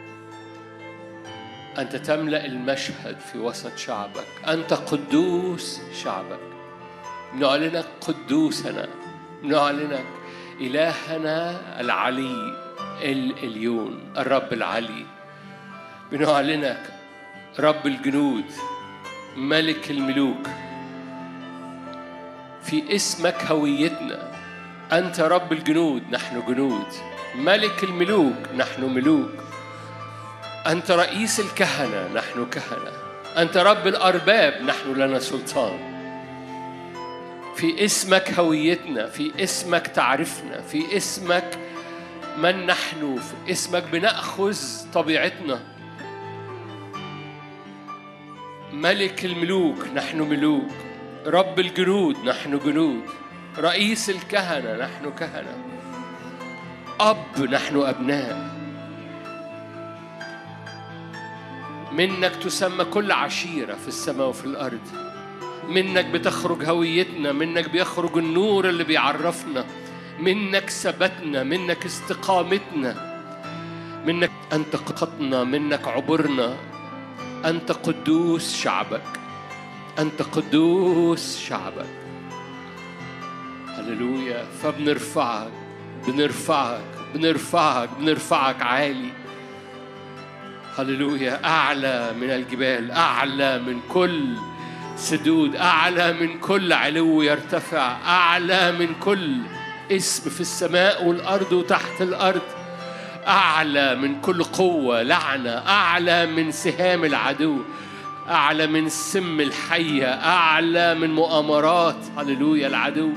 أنت تملأ المشهد في وسط شعبك، أنت قدوس شعبك. نعلنك قدوسنا، نعلنك إلهنا العلي الإليون، الرب العلي. بنعلنك رب الجنود، ملك الملوك. في اسمك هويتنا، أنت رب الجنود، نحن جنود. ملك الملوك، نحن ملوك. أنت رئيس الكهنة، نحن كهنة. أنت رب الأرباب، نحن لنا سلطان. في اسمك هويتنا، في اسمك تعرفنا، في اسمك من نحن، في اسمك بنأخذ طبيعتنا. ملك الملوك، نحن ملوك. رب الجنود، نحن جنود. رئيس الكهنة، نحن كهنة. أب، نحن أبناء. منك تسمى كل عشيرة في السماء وفي الأرض. منك بتخرج هويتنا، منك بيخرج النور اللي بيعرفنا، منك ثبتنا، منك استقامتنا، منك أنت قطنا، منك عبرنا. أنت قدوس شعبك، أنت قدوس شعبك. هللويا. فبنرفعك بنرفعك بنرفعك بنرفعك عالي. هللويا. أعلى من الجبال، أعلى من كل سدود، أعلى من كل علو يرتفع، أعلى من كل اسم في السماء والأرض وتحت الأرض، أعلى من كل قوة لعنة، أعلى من سهام العدو، أعلى من سم الحية، أعلى من مؤامرات هللويا العدو.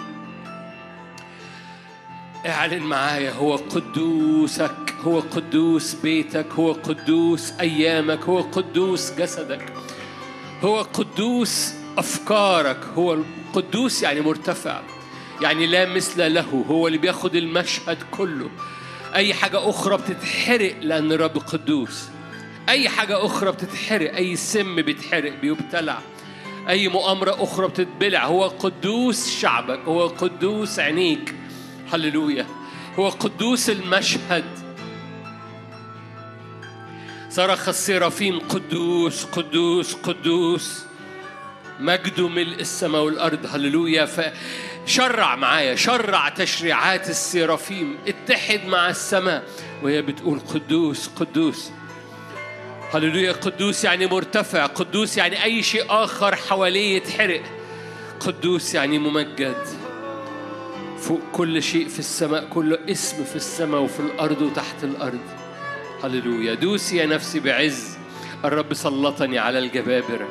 اعلن معايا: هو قدوسك، هو قدوس بيتك، هو قدوس أيامك، هو قدوس جسدك، هو قدوس أفكارك. هو قدوس يعني مرتفع، يعني لا مثل له. هو اللي بياخد المشهد كله. أي حاجة أخرى بتتحرق لأن الرب قدوس. أي حاجة أخرى بتتحرق، أي سم بيتحرق بيبتلع، أي مؤامرة أخرى بتتبلع. هو قدوس شعبك، هو قدوس عينيك. هللويا. هو قدوس المشهد. صرخ السرافيم: قدوس قدوس قدوس، مجده ملء السماء والأرض. هللويا. فشرع معايا، شرع تشريعات السرافيم، اتحد مع السماء وهي بتقول قدوس قدوس. هللويا. قدوس يعني مرتفع، قدوس يعني أي شيء آخر حواليه يتحرق. قدوس يعني ممجد فوق كل شيء في السماء، كل اسم في السماء وفي الأرض وتحت الأرض. هللويا. دوسي يا نفسي بعز، الرب سلطني على الجبابرة.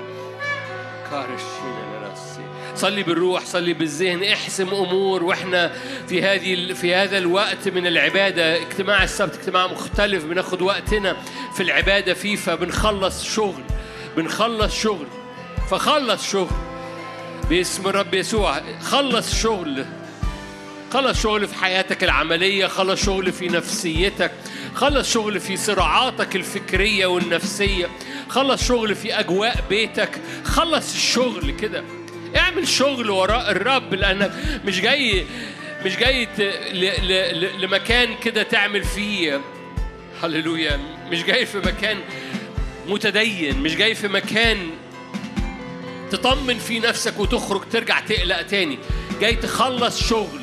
صلي بالروح، صلي بالذهن، احسم امور. واحنا في هذه في هذا الوقت من العباده، اجتماع السبت اجتماع مختلف، بناخد وقتنا في العباده فيه، فبنخلص شغل بنخلص شغل فخلص شغل باسم الرب يسوع. خلص شغل، خلص شغل في حياتك العمليه، خلص شغل في نفسيتك، خلص شغل في صراعاتك الفكريه والنفسيه، خلص شغل في اجواء بيتك. خلص الشغل كده، اعمل شغل وراء الرب، لأنك مش جاي مش جاي لمكان كده تعمل فيه هللويا، مش جاي في مكان متدين، مش جاي في مكان تطمن في نفسك وتخرج ترجع تقلق تاني. جاي تخلص شغل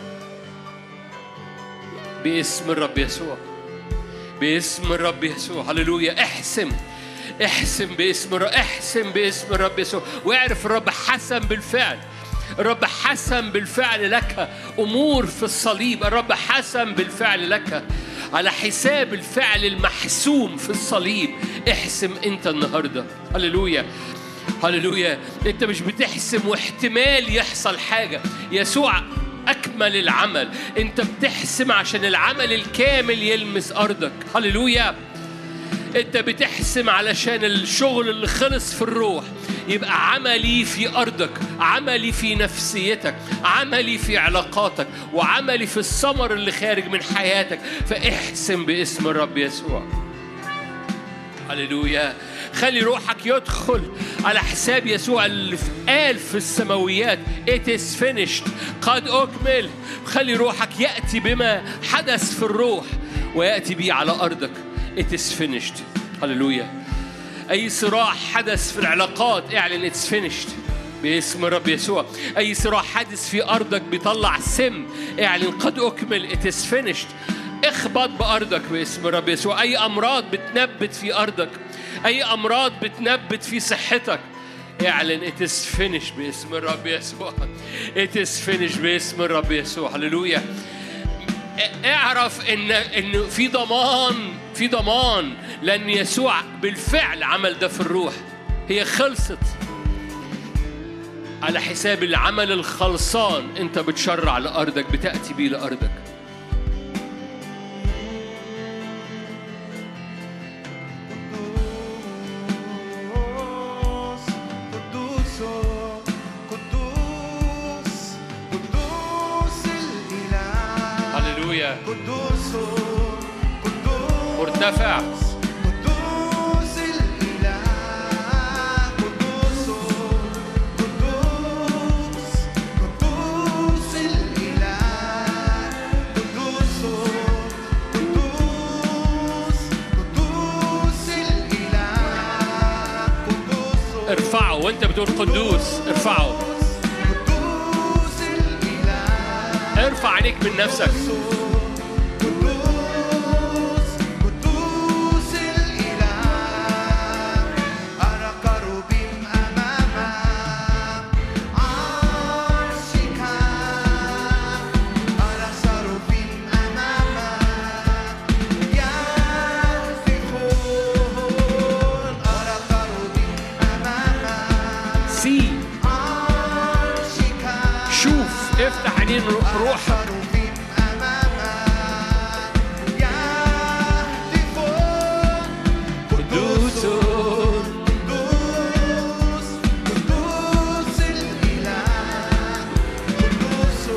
باسم الرب يسوع، باسم الرب يسوع. هللويا. احسم احسم باسم الرب، احسم باسم الرب يسوع، واعرف الرب حسم بالفعل. الرب حسم بالفعل لك امور في الصليب. الرب حسم بالفعل لك على حساب الفعل المحسوم في الصليب. احسم انت النهارده. هللويا هللويا. انت مش بتحسم واحتمال يحصل حاجه، يسوع اكمل العمل. انت بتحسم عشان العمل الكامل يلمس ارضك. هللويا. انت بتحسم علشان الشغل اللي خلص في الروح يبقى عملي في أرضك، عملي في نفسيتك، عملي في علاقاتك، وعملي في الثمر اللي خارج من حياتك. فاحسم باسم الرب يسوع. هللويا. خلي روحك يدخل على حساب يسوع اللي قال في السماويات It is finished، قد أكمل. خلي روحك يأتي بما حدث في الروح ويأتي بيه على أرضك. It is finished. هللويا. أي صراع حدث في العلاقات اعلن It's finished باسم الرب يسوع. أي صراع حدث في أرضك بيطلع سم اعلن قد أكمل It is finished. اخبط بأرضك باسم الرب يسوع. أي أمراض بتنبت في أرضك، أي أمراض بتنبت في صحتك اعلن It is finished باسم الرب يسوع. It is finished باسم الرب يسوع. هللويا. اعرف إن إنه في ضمان، في ضمان، لأن يسوع بالفعل عمل ده في الروح. هي خلصت على حساب العمل الخلصان. أنت بتشرع لأرضك، بتأتي بيه لأرضك. قدوس قدوس مرتفع قدوس الإله قدوس قدوس قدوس الإله قدوس قدوس قدوس الإله قدوس. ارفعه وانت بتقول قدوس، ارفعه. قدوس الإله. ارفع عليك من نفسك. افتح عينين روحك. قدوس قدوس قدوس الإله قدوس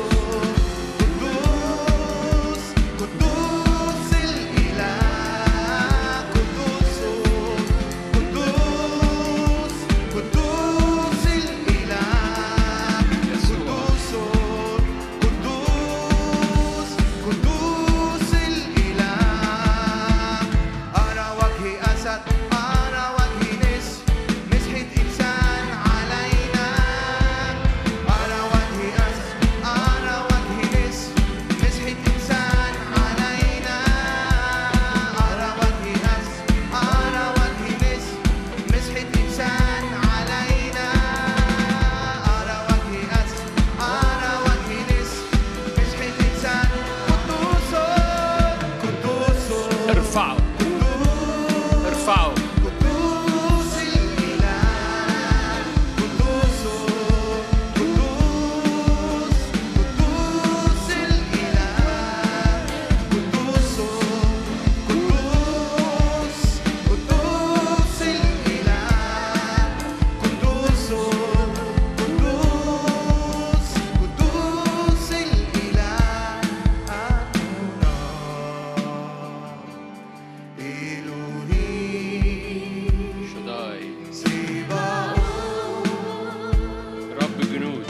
قدوس قدوس الإله قدوس قدوس قدوس الإله قدوس قدوس نرفعه. قدوس الإله قدوس قدوس قدوس الإله قدوس قدوس قدوس الإله قدوس قدوس قدوس الإله إلهي شداي سباوت رب جنود.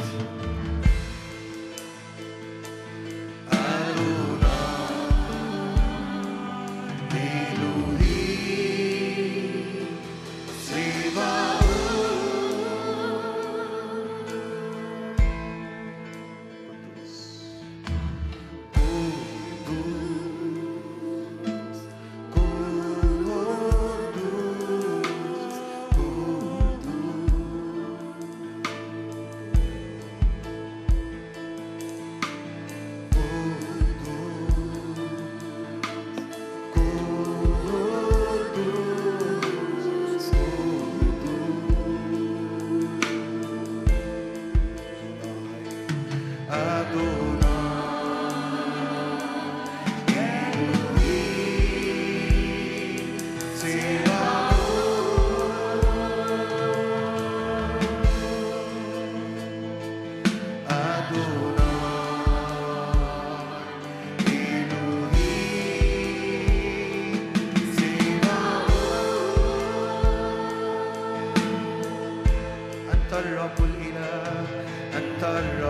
أنت الرب الإله أنت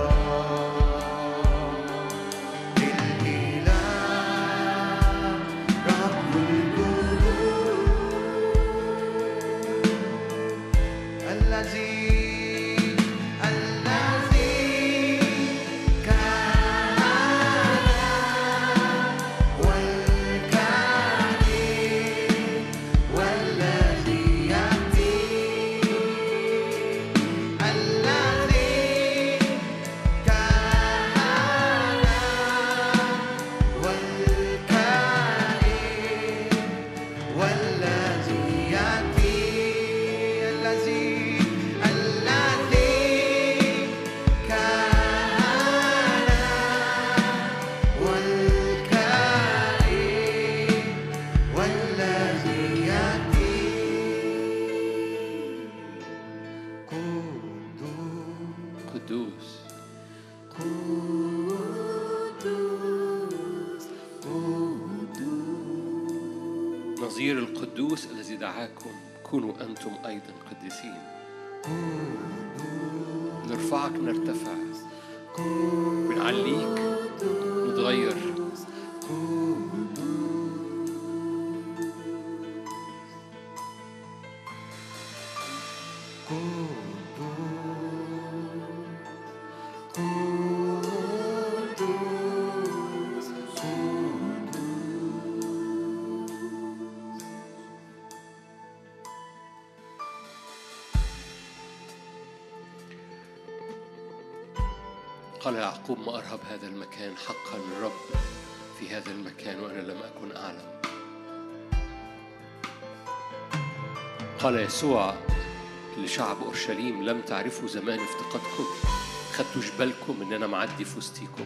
الرب الإله رب الجنود الذي الذي كان والكائن والذي يأتي الذي كان والكائن والذي يأتي الذي الذي كان والكائن والذي يأتي قدوس قدوس قدوس نظير القدوس الذي دعاكم كونوا أنتم أيضا قديسين. نرفعك نرتفع بنعليك نتغير. قال يعقوب ما أرهب هذا المكان، حقا الرب في هذا المكان وأنا لم أكن أعلم. قال يسوع لشعب أورشليم لم تعرفوا زمان افتقادكم، خدتوش بالكم إن أنا معدي في وسطيكم.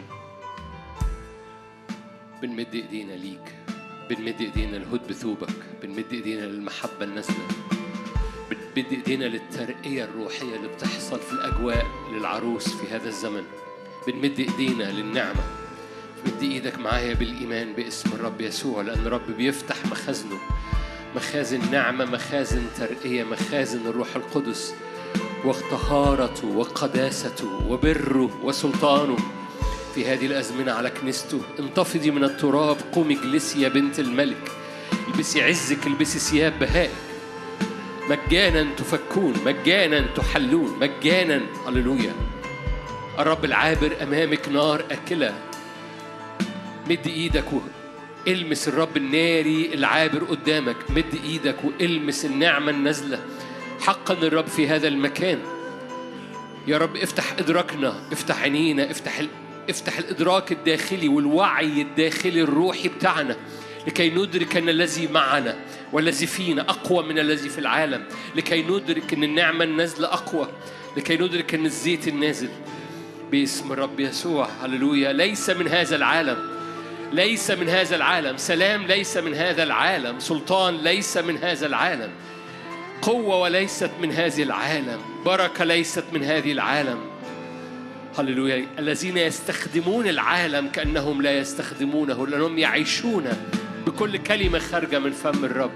بنمد إيدينا ليك، بنمد إيدينا لهد بثوبك، بنمد إيدينا للمحبة النازلة، بنمد إيدينا للترقية الروحية اللي بتحصل في الأجواء للعروس في هذا الزمن. بنمد إيدينا للنعمة. مد إيدك معايا بالإيمان باسم الرب يسوع، لأن الرب بيفتح مخازنه، مخازن نعمة، مخازن ترقية، مخازن الروح القدس وطهارته وقداسته وبره وسلطانه في هذه الأزمنة على كنيسته. انتفضي من التراب، قومي اجلسي يا بنت الملك، البسي عزك، البسي ثياب بهائك. مجانا تفكون، مجانا تحلون، مجانا. هللويا. الرب العابر أمامك نار أكلة. مد إيدك والمس الرب الناري العابر قدامك. مد إيدك والمس النعمة النازلة. حقا الرب في هذا المكان. يا رب افتح إدراكنا، افتح عينينا، افتح ال... افتح الإدراك الداخلي والوعي الداخلي الروحي بتاعنا لكي ندرك أن الذي معنا والذي فينا أقوى من الذي في العالم، لكي ندرك أن النعمة النازلة أقوى، لكي ندرك أن الزيت النازل باسم الرب يسوع. هللويا. ليس من هذا العالم، ليس من هذا العالم، سلام ليس من هذا العالم، سلطان ليس من هذا العالم، قوة وليست من هذه العالم، بركة ليست من هذه العالم. هللويا. الذين يستخدمون العالم كأنهم لا يستخدمونه، لأنهم يعيشون بكل كلمة خارجة من فم الرب.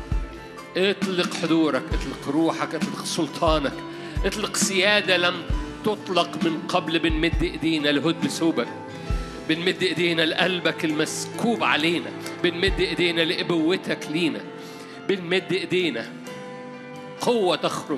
اطلق حضورك، اطلق روحك، اطلق سلطانك، اطلق سيادة لم تطلق من قبل. بنمد ايدينا لهدم ثوبك، بنمد ايدينا لقلبك المسكوب علينا، بنمد ايدينا لابوتك لينا، بنمد ايدينا. قوة تخرج،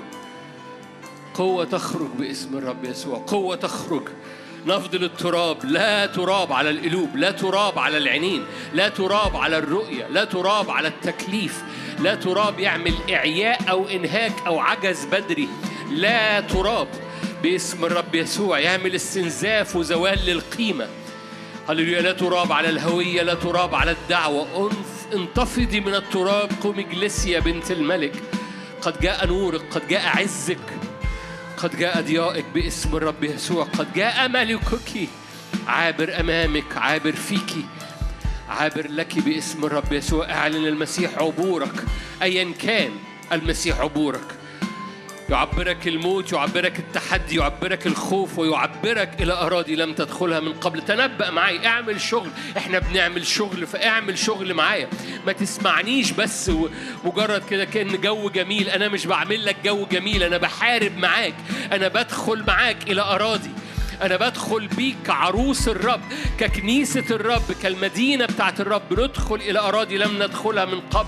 قوة تخرج باسم الرب يسوع، قوة تخرج. نفضل التراب، لا تراب على القلوب، لا تراب على العينين، لا تراب على الرؤية، لا تراب على التكليف، لا تراب يعمل إعياء أو إنهاك أو عجز بدري، لا تراب باسم الرب يسوع يعمل استنزاف وزوال للقيمة. هللويا. لا تراب على الهوية، لا تراب على الدعوة. انتفضي من التراب، قومي اجلسي يا بنت الملك. قد جاء نورك، قد جاء عزك، قد جاء ضيائك باسم الرب يسوع. قد جاء ملكك عابر أمامك، عابر فيك، عابر لك باسم الرب يسوع. اعلن المسيح عبورك أيا كان المسيح عبورك. يعبرك الموت، يعبرك التحدي، يعبرك الخوف، ويعبرك إلى أراضي لم تدخلها من قبل. تنبأ معي، اعمل شغل. احنا بنعمل شغل، فاعمل شغل معايا. ما تسمعنيش بس مجرد كده كأن جو جميل. أنا مش بعمل لك جو جميل، أنا بحارب معاك، أنا بدخل معاك إلى أراضي، أنا بدخل بيك كعروس الرب، ككنيسة الرب، كالمدينة بتاعت الرب. ندخل إلى أراضي لم ندخلها من قبل.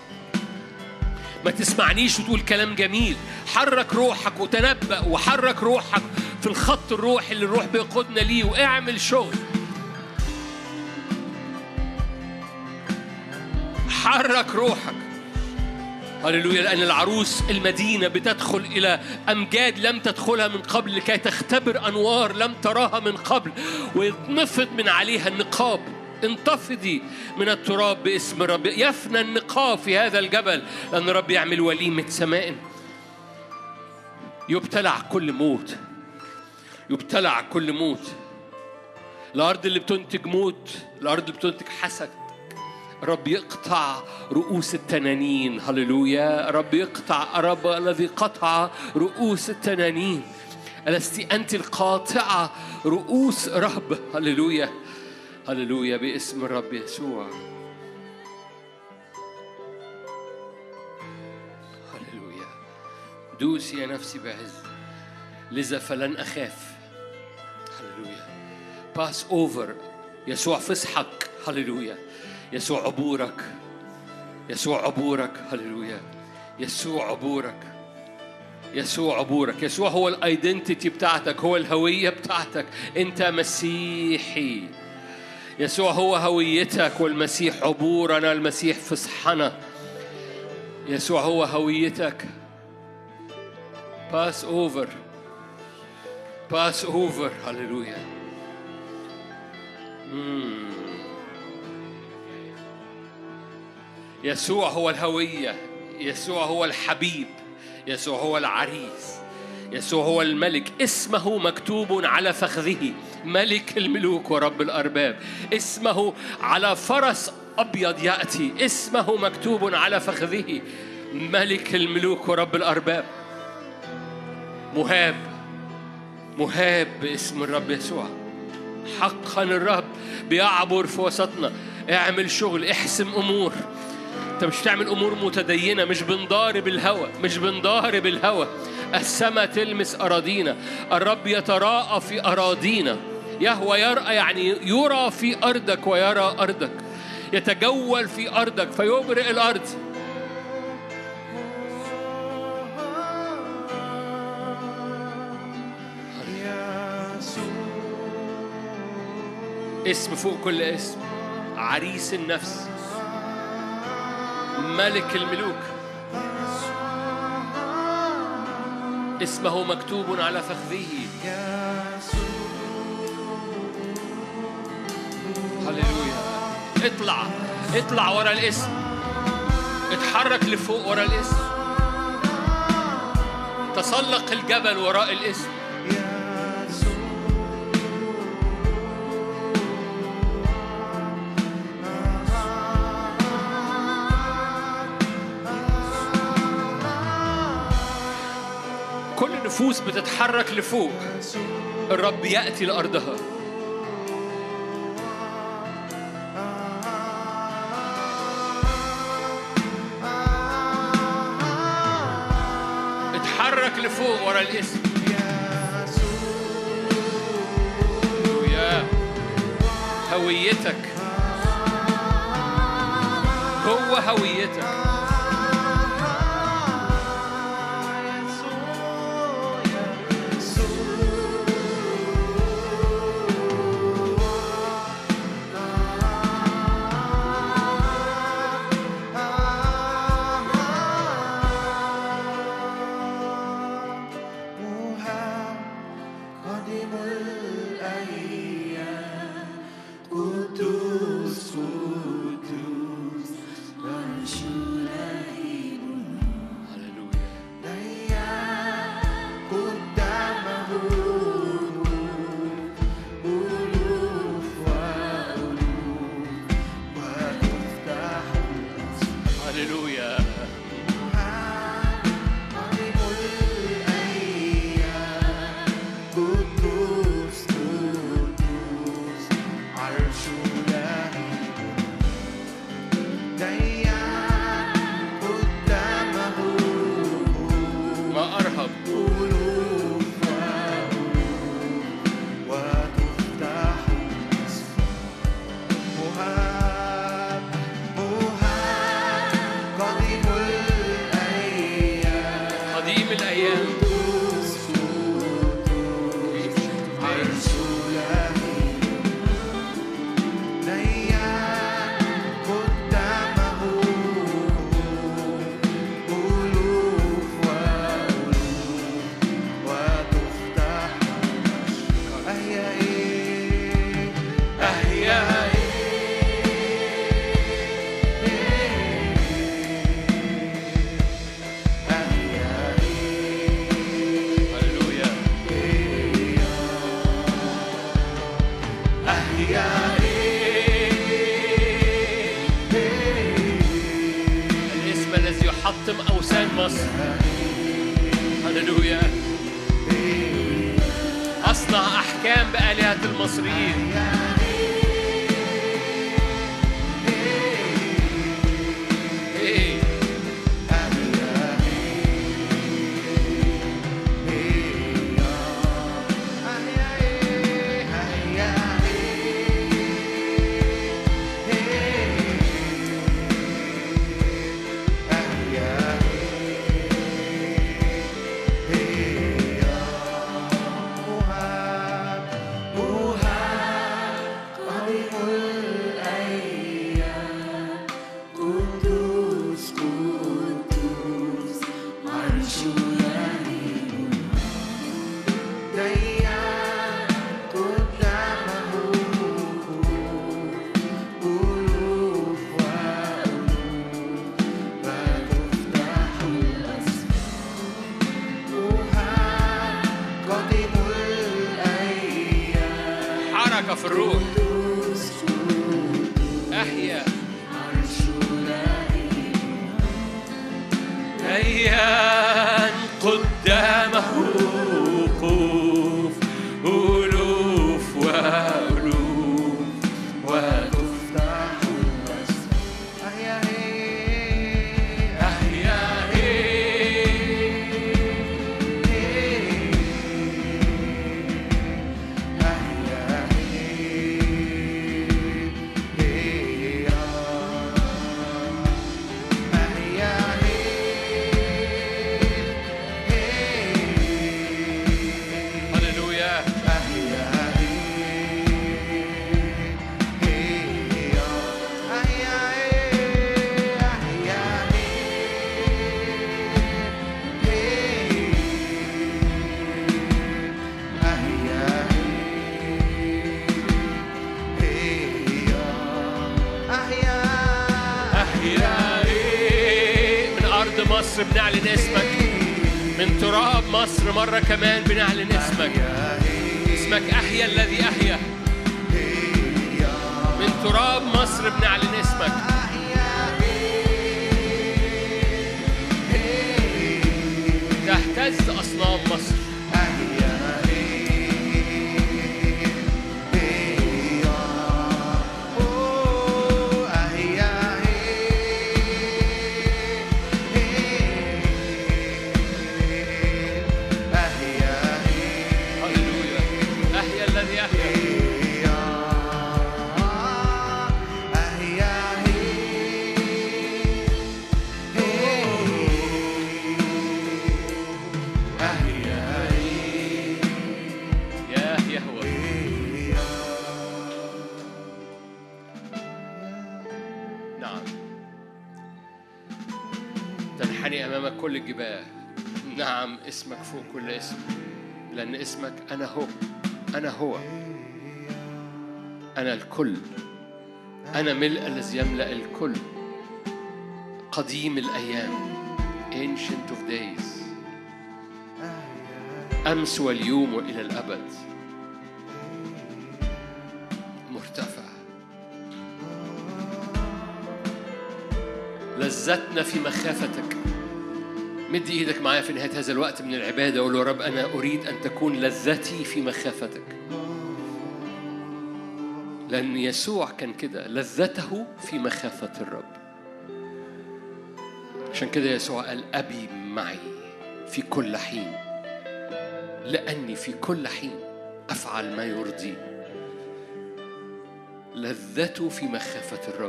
ما تسمعنيش وتقول كلام جميل. حرك روحك وتنبأ، وحرك روحك في الخط الروحي اللي الروح بيقودنا ليه، واعمل شغل. حرك روحك. هللويا. لأن العروس المدينة بتدخل إلى أمجاد لم تدخلها من قبل، لكي تختبر أنوار لم تراها من قبل، ويتنفض من عليها النقاب. انتفضي من التراب باسم الرب. يفنى النقاب في هذا الجبل، لأن الرب يعمل وليمة سماء. يبتلع كل موت، يبتلع كل موت. الأرض اللي بتنتج موت، الأرض اللي بتنتج حسد، رب يقطع رؤوس التنانين. هللويا. رب يقطع، رب الذي قطع رؤوس التنانين. ألست أنت القاطعة رؤوس رب؟ هللويا. هللويا باسم الرب يسوع. هللويا. دوسي يا نفسي بعز، لذا فلن أخاف. هللويا. باس أوفر. يسوع فسحك. هللويا. يسوع عبورك، يسوع عبورك. هللويا. يسوع عبورك، يسوع عبورك. يسوع هو الايدنتيتي بتاعتك، هو الهوية بتاعتك. انت مسيحي. يسوع هو هويتك، والمسيح عبورنا، المسيح فسحنا. يسوع هو هويتك. باس اوفر، باس اوفر. هللويا. مم. يسوع هو الهوية، يسوع هو الحبيب، يسوع هو العريس، يسوع هو الملك. اسمه مكتوب على فخذه، ملك الملوك ورب الأرباب. اسمه على فرس أبيض يأتي، اسمه مكتوب على فخذه، ملك الملوك ورب الأرباب. مهاب، مهاب باسم الرب يسوع. حقا الرب بيعبر في وسطنا. اعمل شغل، احسم أمور. انت مش تعمل امور متدينه، مش بنضارب الهوى، مش بنضارب الهوى. السماء تلمس اراضينا، الرب يتراءى في اراضينا. يهوى يرأى يعني يرى في ارضك ويرى ارضك، يتجول في ارضك فيبرئ الارض. اسم فوق كل اسم، عريس النفس، ملك الملوك. اسمه مكتوب على فخذه. هللويا. اطلع اطلع ورا الاسم، اتحرك لفوق ورا الاسم، تسلق الجبل وراء الاسم. كل نفوس بتتحرك لفوق الرب يأتي لأرضها. اتحرك لفوق ورا الاسم. هللويا. هويتك هو هويتك. هللويا. أصنع أحكام بآلهة المصريين. في الروح أحيا أيام قدامه وقوف ألوف وألوف وتفتح الأسماء أحيا أحيا مصر بنعلن اسمك، من تراب مصر مرة كمان بنعلن اسمك. اسمك أحيا الذي أحيا. من تراب مصر بنعلن اسمك. تهتز أصنام مصر. كل الجبال. نعم اسمك فوق كل اسم، لأن اسمك أنا هو. أنا هو أنا الكل. أنا ملء الذي يملأ الكل. قديم الأيام Ancient of days. أمس واليوم وإلى الأبد. مرتفع. لذتنا في مخافتك. مد ايدك معايا في نهاية هذا الوقت من العبادة وقول له رب أنا أريد أن تكون لذتي في مخافتك. لأن يسوع كان كده، لذته في مخافة الرب. عشان كده يسوع قال أبي معي في كل حين، لأني في كل حين أفعل ما يرضيه. لذته في مخافة الرب.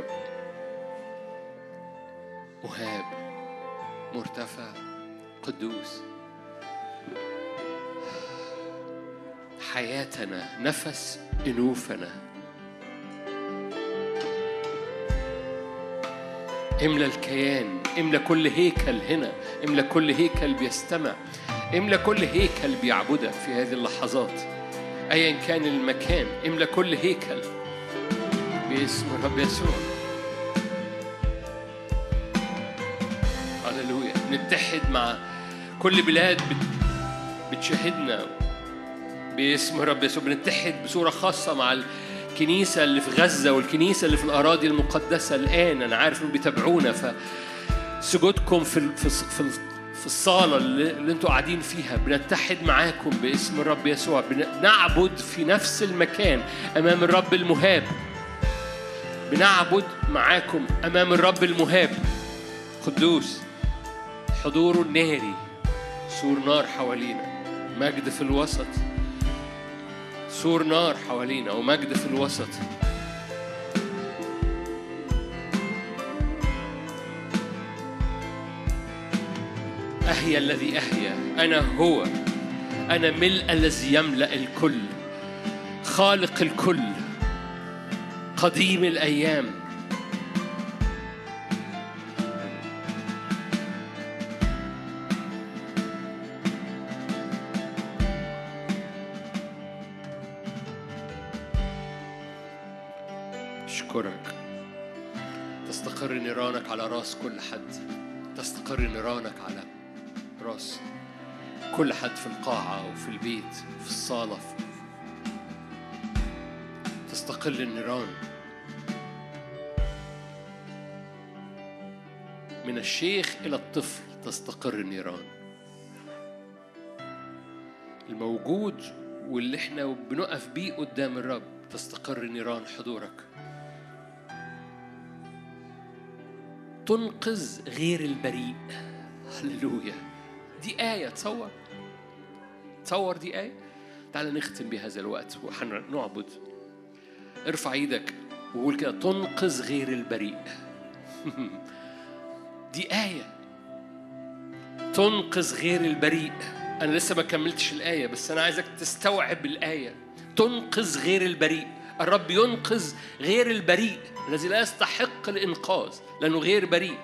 مهاب، مرتفع، قدوس. حياتنا نفس أنوفنا. املى الكيان، املى كل هيكل هنا، املى كل هيكل بيستمع، املى كل هيكل بيعبدك في هذه اللحظات أيا كان المكان. املى كل هيكل باسم الرب يسوع. هللويا. نتحد مع كل بلاد بتشاهدنا باسم الرب يسوع. بنتحد بصورة خاصة مع الكنيسة اللي في غزة والكنيسة اللي في الأراضي المقدسة الآن. أنا عارف إنهم بيتابعونا، فسجودكم في في في الصالة اللي أنتوا قاعدين فيها بنتحد معاكم باسم الرب يسوع. بنعبد في نفس المكان أمام الرب المهاب. بنعبد معاكم أمام الرب المهاب. قدوس، حضوره الناري، سور نار حوالينا، مجد في الوسط. سور نار حوالينا ومجد في الوسط. أحيا الذي أحيا. أنا هو. أنا ملء الذي يملأ الكل، خالق الكل، قديم الأيام. أشكرك. تستقر نيرانك على رأس كل حد. تستقر نيرانك على رأس كل حد في القاعة وفي البيت في الصالة. تستقل النيران من الشيخ إلى الطفل. تستقر النيران. الموجود واللي احنا بنقف بيه قدام الرب تستقر نيران حضورك. تنقذ غير البريء. هللويا. دي آية. تصور تصور دي آية. تعال نختم بهذا الوقت وحنعبد. ارفع ايدك وقول كده تنقذ غير البريء. دي آية. تنقذ غير البريء. أنا لسه ما كملتش الآية بس أنا عايزك تستوعب الآية. تنقذ غير البريء. الرب ينقذ غير البريء الذي لا يستحق الإنقاذ لأنه غير بريء.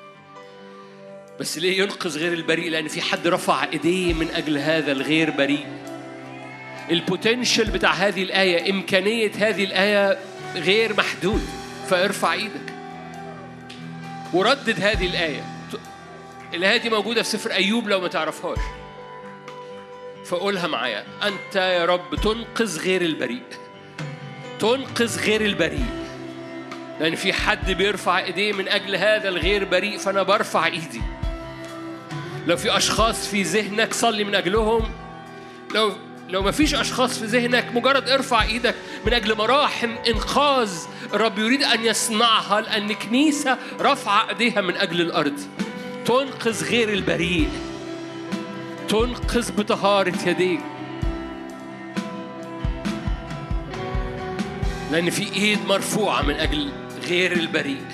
بس ليه ينقذ غير البريء؟ لأن في حد رفع إيديه من أجل هذا الغير بريء. البوتنشل بتاع هذه الآية، إمكانية هذه الآية غير محدود. فارفع إيدك وردد هذه الآية. الآية دي موجودة في سفر أيوب لو ما تعرفهاش، فقولها معايا. أنت يا رب تنقذ غير البريء، تنقذ غير البريء. لأن في حد بيرفع إيديه من أجل هذا الغير بريء، فأنا برفع إيدي. لو في أشخاص في ذهنك صلي من أجلهم. لو لو ما فيش أشخاص في ذهنك مجرد ارفع إيدك من أجل مراحم إنقاذ الرب يريد أن يصنعها، لأن كنيسة رفع إيديها من أجل الأرض. تنقذ غير البريء، تنقذ بطهارة يديك، لأن في إيد مرفوعة من أجل غير البريء.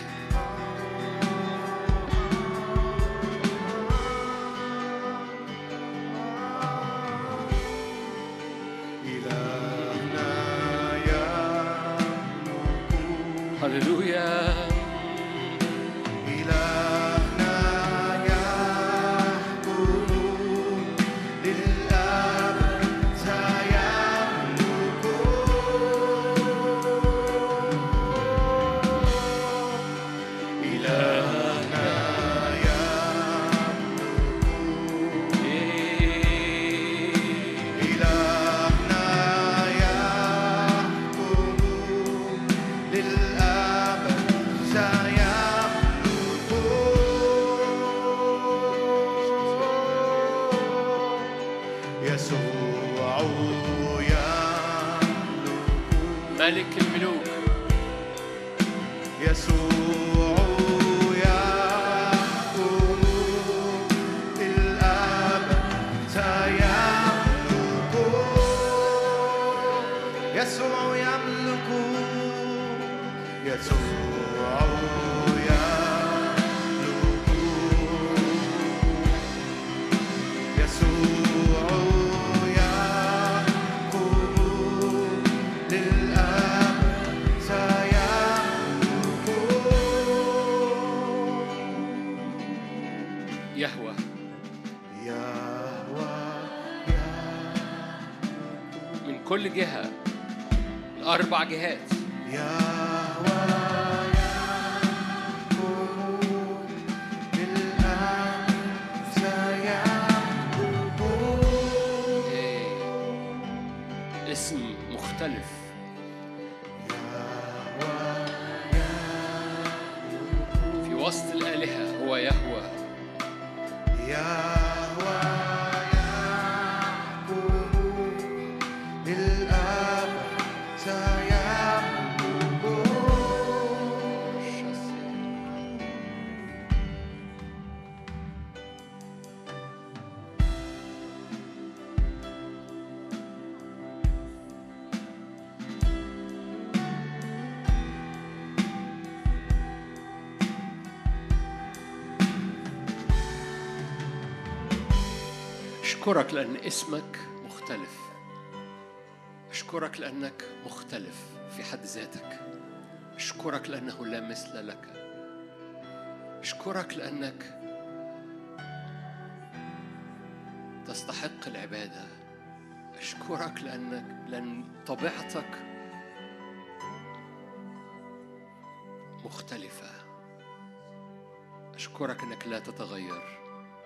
هللويا. إلهنا يحكم للأبد سيملك. إلهنا يملك. إلهنا يحكم للأبد يسوع يملك. ملك الملوك يسوع يحكم للأبد سيملك. يسوع يملك. يسوع يملك. يسوع يحكم للأبد سيملك. يهوه يهوه من كل جهة، الأربع جهات. يهوه يحكم للأبد سيملك. إيه. اسم مختلف. في وسط الآلهة هو يهوه. يهوه يحكم للأبد سيملك. أشكرك لأن اسمك مختلف. أشكرك لأنك مختلف في حد ذاتك. أشكرك لأنه لا مثل لك. أشكرك لأنك تستحق العبادة. أشكرك لأنك لأن طبيعتك مختلفة. أشكرك أنك لا تتغير.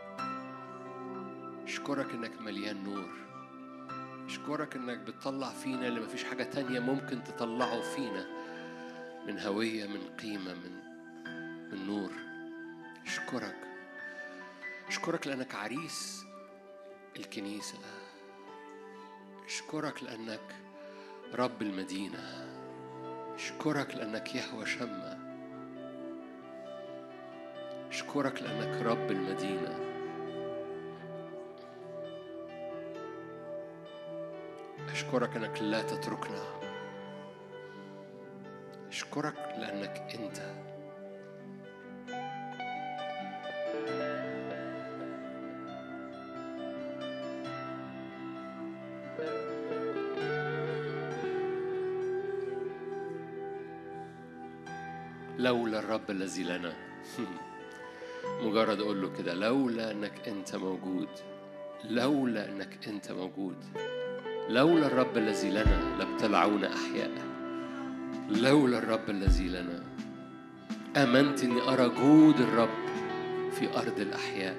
أشكرك أنك مليان نور. أشكرك أنك بتطلع فينا اللي مفيش حاجة تانية ممكن تطلعه فينا من هوية، من قيمة، من من نور. أشكرك أشكرك لأنك عريس الكنيسة. أشكرك لأنك رب المدينة. أشكرك لأنك يهوه شمة. أشكرك لأنك رب المدينة. أشكرك أنك لا تتركنا. أشكرك لأنك أنت. لولا الرب الذي لنا. مجرد أقول له كده، لولا أنك أنت موجود، لولا أنك أنت موجود، لولا الرب الذي لنا لابتلعونا أحياء. لولا الرب الذي لنا. آمنت أني أرى جود الرب في أرض الأحياء،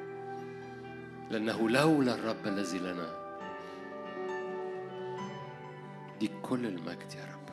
لأنه لولا الرب الذي لنا. دي كل المجد يا رب.